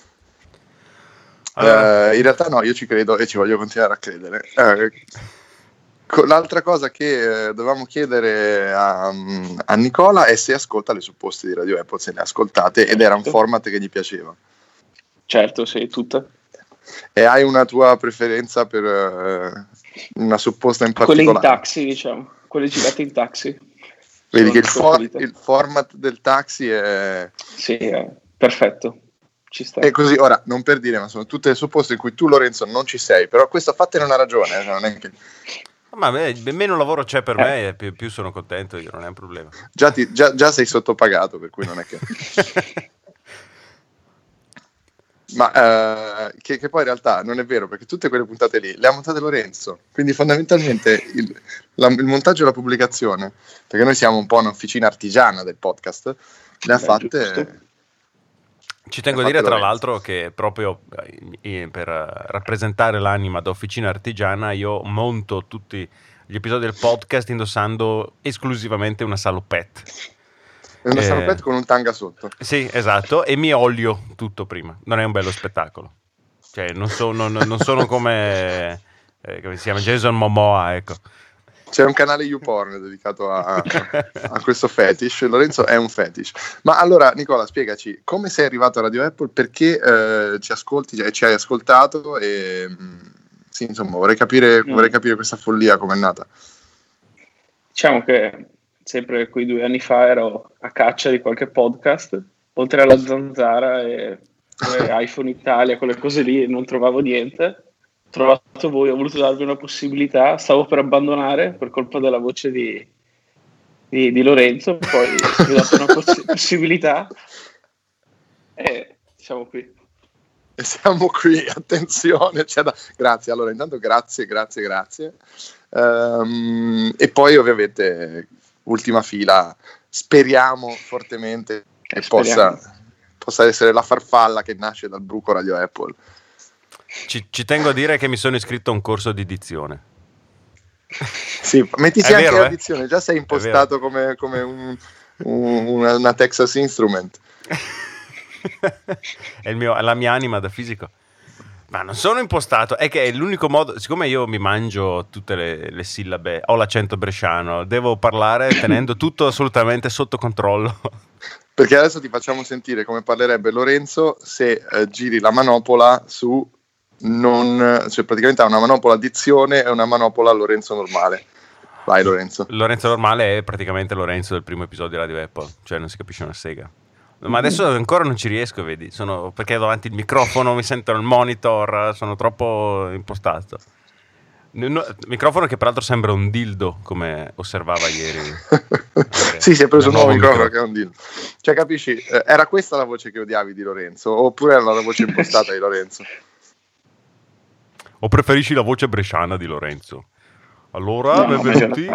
E: In realtà no, io ci credo e ci voglio continuare a credere. L'altra cosa che dovevamo chiedere a Nicola è se ascolta le supposte di Radio Apple, se le ascoltate, ed era un format che gli piaceva.
M: Certo, sì, tutte.
E: E hai una tua preferenza per una supposta in particolare?
M: Quelle in taxi, diciamo, quelle girate in taxi.
E: Vedi che il format del taxi è...
M: Sì, è perfetto. Ci sta.
E: E così, ora, non per dire, ma sono tutte le supposte in cui tu, Lorenzo, non ci sei, però questo fatene una ragione, non è che...
C: Ma meno lavoro c'è per me, più sono contento, io non è un problema.
E: Già sei sottopagato, per cui non è che... Ma che poi in realtà non è vero, perché tutte quelle puntate lì le ha montate Lorenzo, quindi fondamentalmente il montaggio e la pubblicazione, perché noi siamo un po' un'officina artigiana del podcast, le ha fatte...
M: Giusto.
C: Ci tengo a dire tra l'altro che proprio per rappresentare l'anima da officina artigiana io monto tutti gli episodi del podcast indossando esclusivamente una salopette.
E: Una salopette con un tanga sotto.
C: Sì, esatto, e mi olio tutto prima. Non è un bello spettacolo. Cioè, non sono come si chiama Jason Momoa, ecco.
E: C'è un canale YouPorn dedicato a questo fetish. Lorenzo è un fetish. Ma allora, Nicola, spiegaci come sei arrivato a Radio Apple, perché ci ascolti, ci hai ascoltato e sì, insomma, vorrei capire questa follia come è nata.
M: Diciamo che sempre quei 2 anni fa ero a caccia di qualche podcast, oltre alla Zanzara e iPhone Italia, quelle cose lì, non trovavo niente. Ho trovato voi, ho voluto darvi una possibilità, stavo per abbandonare per colpa della voce di Lorenzo, poi vi ho dato una possibilità e siamo qui.
E: E siamo qui, attenzione, grazie, allora intanto grazie. E poi ovviamente Ultima Fila, speriamo fortemente che possa essere la farfalla che nasce dal bruco Radio Apple.
C: Ci tengo a dire che mi sono iscritto a un corso di dizione.
E: Sì, mettici anche l'addizione, già sei impostato come una Texas Instrument.
C: È la mia anima da fisico. Ma non sono impostato, è che è l'unico modo, siccome io mi mangio tutte le sillabe, ho l'accento bresciano, devo parlare tenendo tutto assolutamente sotto controllo.
E: Perché adesso ti facciamo sentire come parlerebbe Lorenzo se giri la manopola su cioè praticamente ha una manopola addizione e una manopola Lorenzo normale. Vai Lorenzo.
C: Lorenzo normale è praticamente Lorenzo del primo episodio di Radio Apple, cioè non si capisce una sega. Ma adesso ancora non ci riesco, vedi, perché davanti il microfono, mi sentono il monitor, sono troppo impostato. Microfono che peraltro sembra un dildo, come osservava ieri.
E: Sì, si è preso un nuovo microfono che è un dildo. Cioè, capisci, era questa la voce che odiavi di Lorenzo, oppure era la voce impostata di Lorenzo?
C: O preferisci la voce bresciana di Lorenzo? Allora, benvenuti.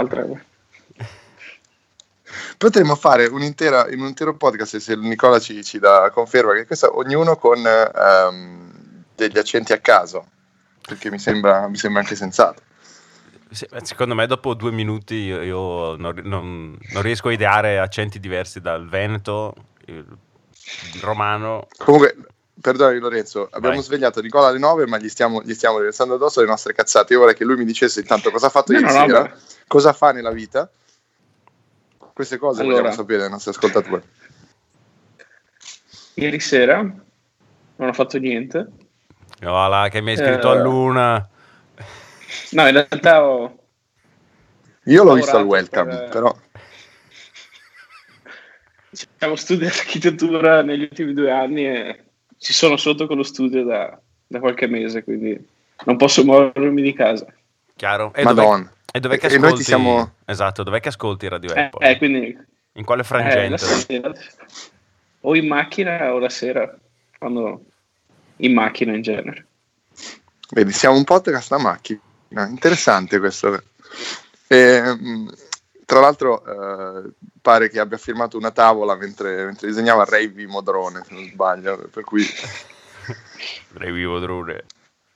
E: Potremmo fare un intero podcast, se Nicola ci dà conferma, che questo ognuno con degli accenti a caso, perché mi sembra anche sensato.
C: Secondo me dopo 2 minuti io non riesco a ideare accenti diversi dal veneto, il romano.
E: Comunque, perdonami Lorenzo, abbiamo svegliato Nicola alle 9, ma gli stiamo riversando addosso le nostre cazzate. Io vorrei che lui mi dicesse intanto cosa ha fatto ieri sera, cosa fa nella vita. Queste cose vogliamo sapere dai nostri ascoltatori.
M: Ieri sera non ho fatto niente.
C: Voilà, che mi hai scritto a Luna.
M: No, in realtà
E: io l'ho visto al welcome, però
M: abbiamo studiato architettura negli ultimi 2 anni e ci sono sotto con lo studio da qualche mese, quindi non posso muovermi di casa.
C: Chiaro.
E: Madonna.
C: E dov'è che ascolti? Noi ti siamo... Esatto, dov'è che ascolti Radio Apple?
M: Quindi...
C: In quale frangente?
M: O in macchina o la sera, quando in macchina in genere.
E: Vedi, siamo un podcast a macchina, interessante questo. Tra l'altro pare che abbia firmato una tavola mentre disegnava Ray V. Modrone, se non sbaglio, per cui...
C: Ray V. Modrone.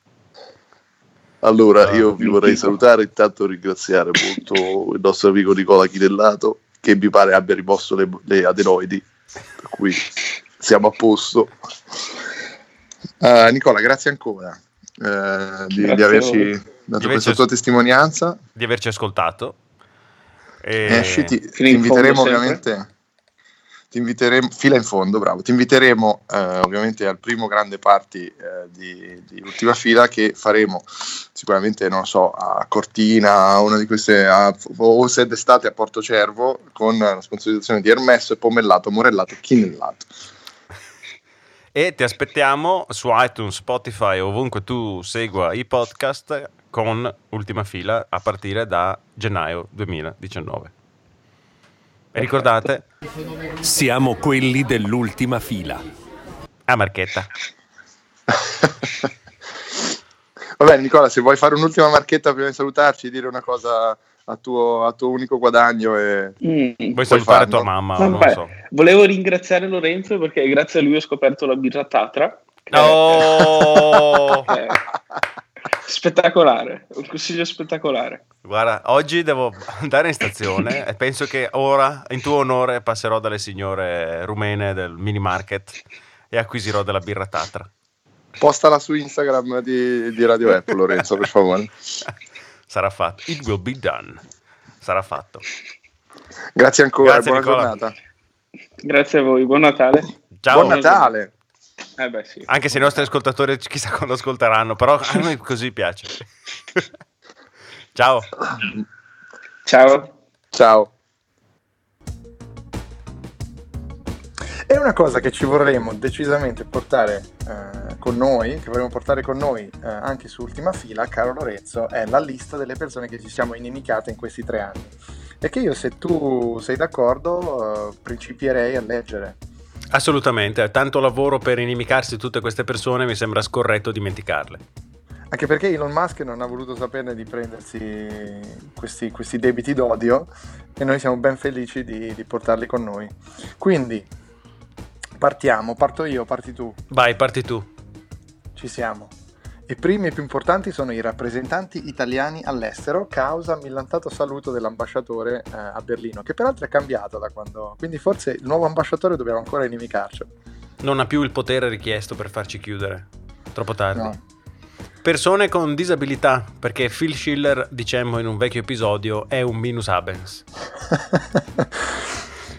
E: Allora, io vi vorrei salutare, intanto ringraziare molto il nostro amico Nicola Chinellato, che mi pare abbia rimosso le adenoidi, per cui siamo a posto. Nicola, grazie ancora di averci dato questa tua testimonianza.
C: Di averci ascoltato.
E: Ti inviteremo ovviamente... fila in fondo, bravo. Ti inviteremo ovviamente al primo grande party di Ultima Fila, che faremo sicuramente, non so, a Cortina, una di queste, o se d'estate a Porto Cervo, con la sponsorizzazione di Ermesso e Pomellato, Morellato e Chinellato.
C: E ti aspettiamo su iTunes, Spotify, ovunque tu segua i podcast, con Ultima Fila a partire da gennaio 2019. E ricordate,
N: siamo quelli dell'ultima fila.
C: A marchetta.
E: Va bene Nicola, se vuoi fare un'ultima marchetta prima di salutarci, dire una cosa a tuo unico guadagno e
C: vuoi salutare tua mamma? Non so.
M: Volevo ringraziare Lorenzo perché grazie a lui ho scoperto la birra Tatra. Spettacolare, un consiglio spettacolare.
C: Guarda, oggi devo andare in stazione e penso che ora in tuo onore passerò dalle signore rumene del mini market e acquisirò della birra Tatra.
E: Postala su Instagram di Radio Apple, Lorenzo, per favore.
C: Sarà fatto. It will be done. Sarà fatto.
E: Grazie ancora.
C: Grazie,
E: buona
C: Nicola.
E: giornata.
M: Grazie a voi, buon Natale.
C: Ciao.
E: Buon Natale.
M: Sì.
C: Anche se i nostri ascoltatori chissà quando ascolteranno, però a noi così piace. Ciao.
E: Ciao.
B: E una cosa che ci vorremmo decisamente portare con noi, che vorremmo portare con noi anche su Ultima Fila, caro Lorenzo, è la lista delle persone che ci siamo inimicate in questi 3 anni. E che io, se tu sei d'accordo, principierei a leggere.
C: Assolutamente, tanto lavoro per inimicarsi tutte queste persone, mi sembra scorretto dimenticarle.
B: Anche perché Elon Musk non ha voluto saperne di prendersi questi debiti d'odio e noi siamo ben felici di portarli con noi. Quindi partiamo, parto io, parti tu.
C: Vai, parti tu.
B: Ci siamo. I primi e più importanti sono i rappresentanti italiani all'estero, causa millantato saluto dell'ambasciatore a Berlino, che peraltro è cambiato da quando... Quindi forse il nuovo ambasciatore dobbiamo ancora inimicarcelo.
C: Non ha più il potere richiesto per farci chiudere. Troppo tardi.
B: No.
C: Persone con disabilità, perché Phil Schiller, dicemmo in un vecchio episodio, è un minus abens.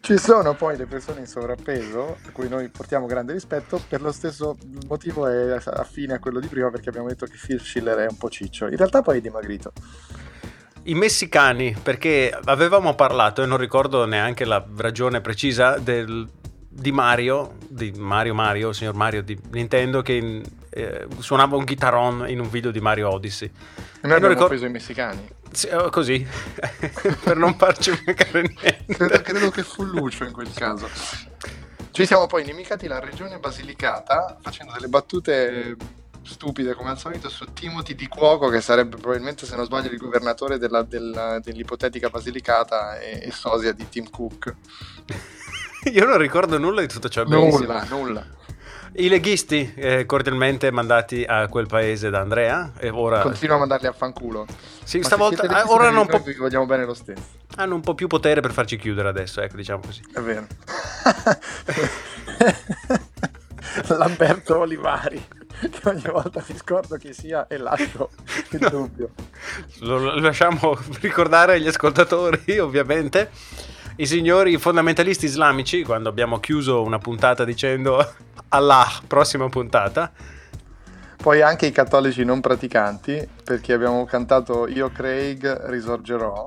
B: Ci sono poi le persone in sovrappeso, a cui noi portiamo grande rispetto, per lo stesso motivo è affine a quello di prima, perché abbiamo detto che Phil Schiller è un po' ciccio. In realtà poi è dimagrito.
C: I messicani, perché avevamo parlato, e non ricordo neanche la ragione precisa, di Mario, il signor Mario di Nintendo, che suonava un chitarron in un video di Mario Odyssey.
B: E noi abbiamo preso i messicani.
C: Sì, così, per non farci mancare niente.
B: Credo che fu Lucio in quel caso. Ci siamo poi inimicati la regione Basilicata facendo delle battute stupide come al solito su Timothy Di Cuoco, che sarebbe probabilmente, se non sbaglio, il governatore dell'ipotetica Basilicata e sosia di Tim Cook.
C: Io non ricordo nulla di tutto ciò.
B: Nulla.
C: I leghisti cordialmente mandati a quel paese da Andrea, e ora
B: continua a mandarli a fanculo.
C: Sì,
B: ma
C: stavolta ora hanno un po',
B: vi vogliamo bene lo stesso.
C: Hanno un po' più potere per farci chiudere adesso, ecco, diciamo così.
B: È vero. Lamberto Olivari, che ogni volta mi scordo chi sia e lascio il dubbio.
C: Lo lasciamo ricordare agli ascoltatori, ovviamente. I signori fondamentalisti islamici, quando abbiamo chiuso una puntata dicendo Allah, prossima puntata.
B: Poi anche i cattolici non praticanti, perché abbiamo cantato Io Craig risorgerò.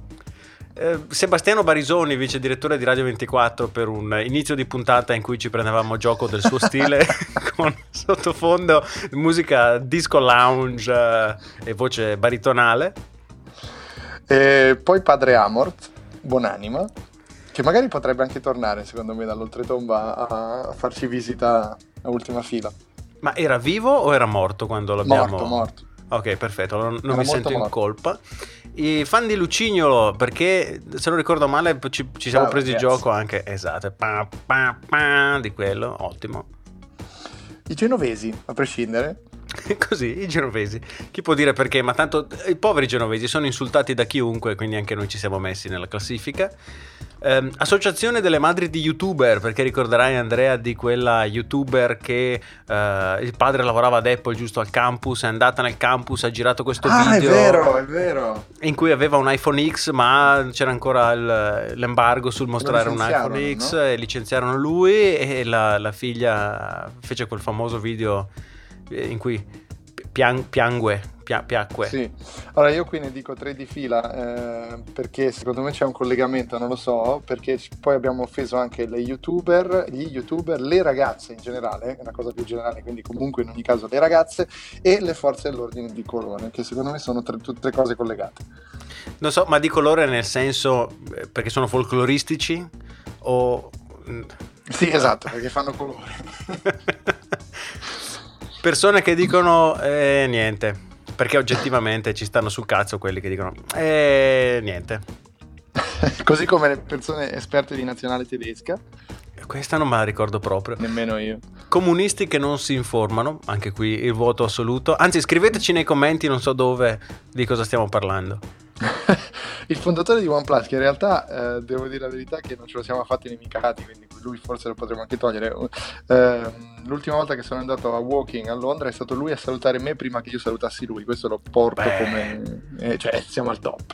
C: Sebastiano Barisoni, vice direttore di Radio 24, per un inizio di puntata in cui ci prendevamo gioco del suo stile con sottofondo musica disco lounge e voce baritonale.
B: E poi Padre Amort, buonanima, che magari potrebbe anche tornare, secondo me, dall'oltretomba a farci visita a Ultima Fila.
C: Ma era vivo o era morto quando l'abbiamo...
B: Morto.
C: Ok, perfetto, non mi sento in colpa. I fan di Lucignolo, perché se non ricordo male ci siamo presi gioco anche, esatto, di quello, ottimo.
B: I genovesi, a prescindere.
C: Così, i genovesi. Chi può dire perché? Ma tanto i poveri genovesi sono insultati da chiunque, quindi anche noi ci siamo messi nella classifica. Associazione delle madri di youtuber, perché ricorderai, Andrea, di quella youtuber che il padre lavorava ad Apple, giusto al campus, è andata nel campus, ha girato questo video.
B: È vero.
C: In cui aveva un iPhone X, ma c'era ancora l'embargo sul mostrare un iPhone X, no? E licenziarono lui, e la figlia fece quel famoso video in cui piacque.
B: Sì, allora io qui ne dico 3 di fila, perché secondo me c'è un collegamento, non lo so, perché poi abbiamo offeso anche gli youtuber, le ragazze in generale, è una cosa più generale, quindi comunque in ogni caso le ragazze, e le forze dell'ordine di colore, che secondo me sono tutte cose collegate.
C: Non so, ma di colore nel senso perché sono folcloristici o...
B: Sì, esatto, perché fanno colore.
C: Persone che dicono niente, perché oggettivamente ci stanno sul cazzo quelli che dicono niente.
B: Così come le persone esperte di nazionale tedesca.
C: Questa non me la ricordo proprio.
B: Nemmeno io.
C: Comunisti che non si informano, anche qui il voto assoluto. Anzi, scriveteci nei commenti, non so dove, di cosa stiamo parlando.
B: Il fondatore di OnePlus, che in realtà devo dire la verità che non ce lo siamo fatti inimicati, quindi lui forse lo potremmo anche togliere. L'ultima volta che sono andato a Walking a Londra è stato lui a salutare me prima che io salutassi lui. Questo lo porto come cioè siamo al top.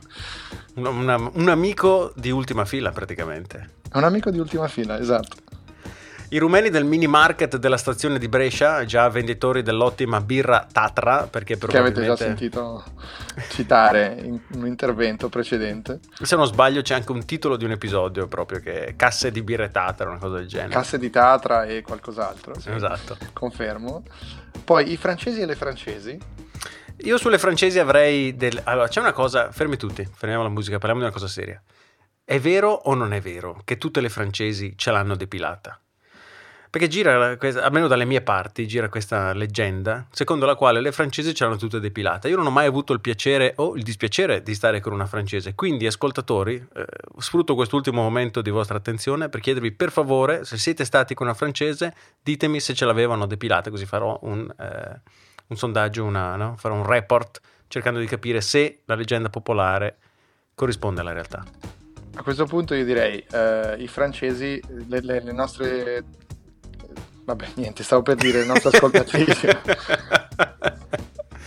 C: Un amico di ultima fila, praticamente.
B: Un amico di ultima fila, esatto.
C: I rumeni del mini market della stazione di Brescia, già venditori dell'ottima birra Tatra, perché probabilmente...
B: Che avete già sentito citare in un intervento precedente.
C: Se non sbaglio c'è anche un titolo di un episodio proprio, che è Casse di birre Tatra, una cosa del genere.
B: Casse di Tatra e qualcos'altro. Sì.
C: Esatto.
B: Confermo. Poi i francesi e le francesi.
C: Io sulle francesi avrei Allora, c'è una cosa, fermi tutti, fermiamo la musica, parliamo di una cosa seria. È vero o non è vero che tutte le francesi ce l'hanno depilata? Perché gira, almeno dalle mie parti, gira questa leggenda secondo la quale le francesi ce l'hanno tutte depilate. Io non ho mai avuto il piacere o il dispiacere di stare con una francese, quindi ascoltatori, sfrutto quest'ultimo momento di vostra attenzione per chiedervi per favore, se siete stati con una francese, ditemi se ce l'avevano depilata, così farò un sondaggio, farò un report cercando di capire se la leggenda popolare corrisponde alla realtà.
B: A questo punto io direi i francesi, le nostre... Vabbè, niente, stavo per dire le nostre ascoltatrici.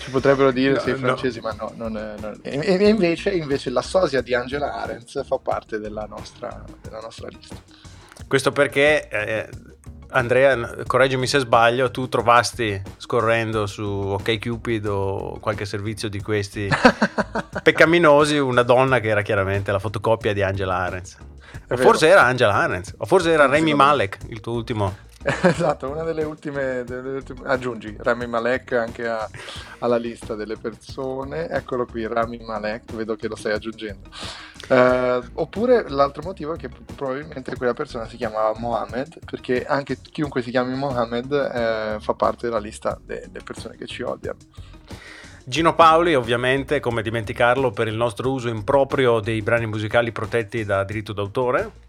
B: si potrebbero dire sei francesi, ma no, non. E invece la sosia di Angela Arendt fa parte della nostra lista.
C: Questo perché Andrea, correggimi se sbaglio, tu trovasti scorrendo su OkCupid o qualche servizio di questi peccaminosi una donna che era chiaramente la fotocopia di Angela Arendt. O forse era Angela Arendt, o forse era Rami Malek, il tuo ultimo.
B: Esatto, una delle ultime. Aggiungi Rami Malek anche alla lista delle persone. Eccolo qui, Rami Malek, vedo che lo stai aggiungendo. Oppure l'altro motivo è che probabilmente quella persona si chiama Mohammed, perché anche chiunque si chiami Mohammed fa parte della lista delle persone che ci odiano.
C: Gino Paoli, ovviamente, come dimenticarlo, per il nostro uso improprio dei brani musicali protetti da diritto d'autore.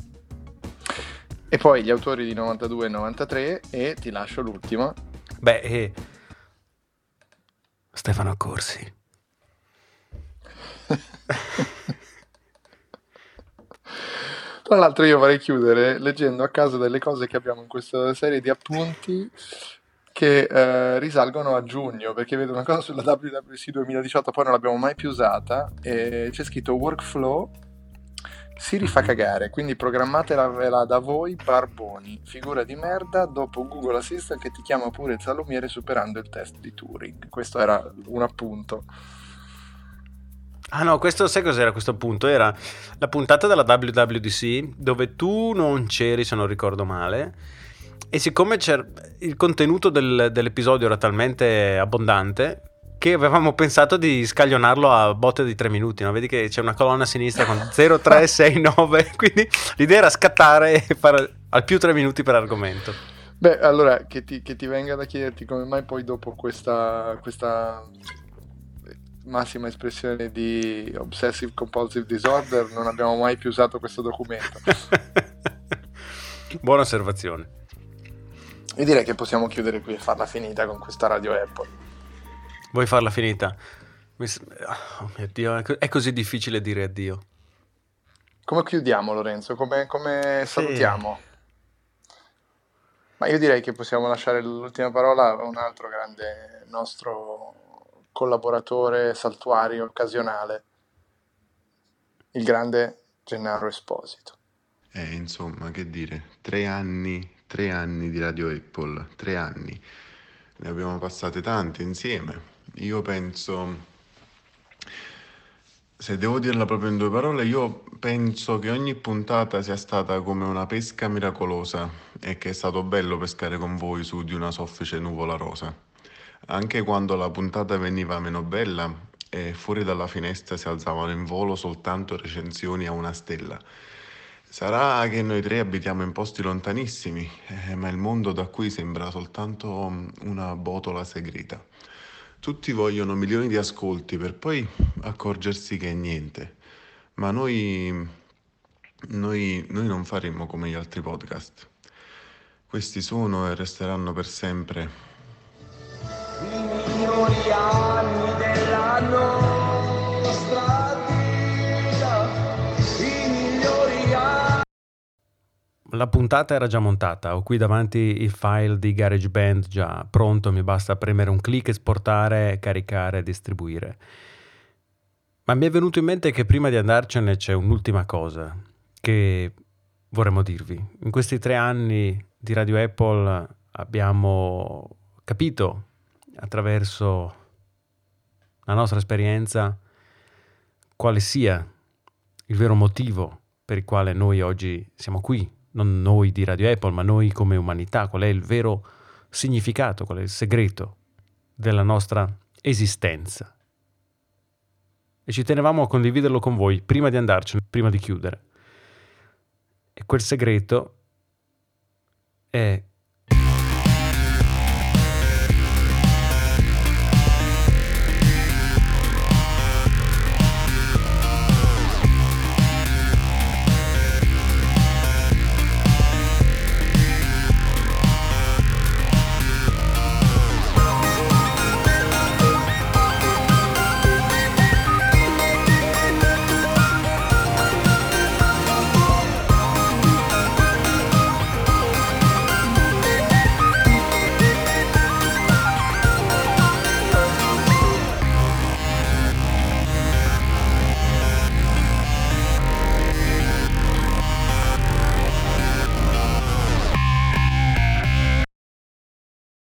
B: E poi gli autori di 92 e 93, e ti lascio l'ultima.
C: Stefano Accorsi.
B: Tra l'altro io vorrei chiudere leggendo a caso delle cose che abbiamo in questa serie di appunti che risalgono a giugno, perché vedo una cosa sulla WWDC 2018, poi non l'abbiamo mai più usata, e c'è scritto workflow Siri fa cagare, quindi programmatela da voi barboni, figura di merda, dopo Google Assistant che ti chiama pure il salumiere superando il test di Turing. Questo era un appunto.
C: Ah no, questo, sai cos'era questo appunto? Era la puntata della WWDC dove tu non c'eri, se non ricordo male, e siccome il contenuto dell'episodio era talmente abbondante che avevamo pensato di scaglionarlo a botte di 3 minuti, no? Vedi che c'è una colonna a sinistra con 0, 3, 6, 9, quindi l'idea era scattare e fare al più 3 minuti per argomento.
B: Beh, allora, che ti venga da chiederti come mai poi dopo questa massima espressione di obsessive compulsive disorder non abbiamo mai più usato questo documento.
C: Buona osservazione.
B: Io direi che possiamo chiudere qui e farla finita con questa Radio Apple.
C: Vuoi farla finita? Oh mio Dio, è così difficile dire addio.
B: Come chiudiamo, Lorenzo? Come salutiamo? Sì. Ma io direi che possiamo lasciare l'ultima parola a un altro grande nostro collaboratore saltuario occasionale, il grande Gennaro Esposito.
A: Insomma, che dire, 3 anni di Radio Apple, 3 anni. Ne abbiamo passate tante insieme. Io penso, se devo dirla proprio in 2 parole, io penso che ogni puntata sia stata come una pesca miracolosa e che è stato bello pescare con voi su di una soffice nuvola rosa. Anche quando la puntata veniva meno bella e fuori dalla finestra si alzavano in volo soltanto recensioni a 1 stella. Sarà che noi 3 abitiamo in posti lontanissimi, ma il mondo da qui sembra soltanto una botola segreta. Tutti vogliono milioni di ascolti per poi accorgersi che è niente. Ma noi non faremo come gli altri podcast. Questi sono e resteranno per sempre
P: i migliori anni della nostra vita, i migliori anni.
C: La puntata era già montata, ho qui davanti il file di GarageBand già pronto, mi basta premere un clic, esportare, caricare e distribuire. Ma mi è venuto in mente che prima di andarcene c'è un'ultima cosa che vorremmo dirvi. In questi 3 anni di Radio Apple abbiamo capito attraverso la nostra esperienza quale sia il vero motivo per il quale noi oggi siamo qui. Non noi di Radio Apple, ma noi come umanità, qual è il vero significato, qual è il segreto della nostra esistenza. E ci tenevamo a condividerlo con voi prima di andarcene, prima di chiudere. E quel segreto è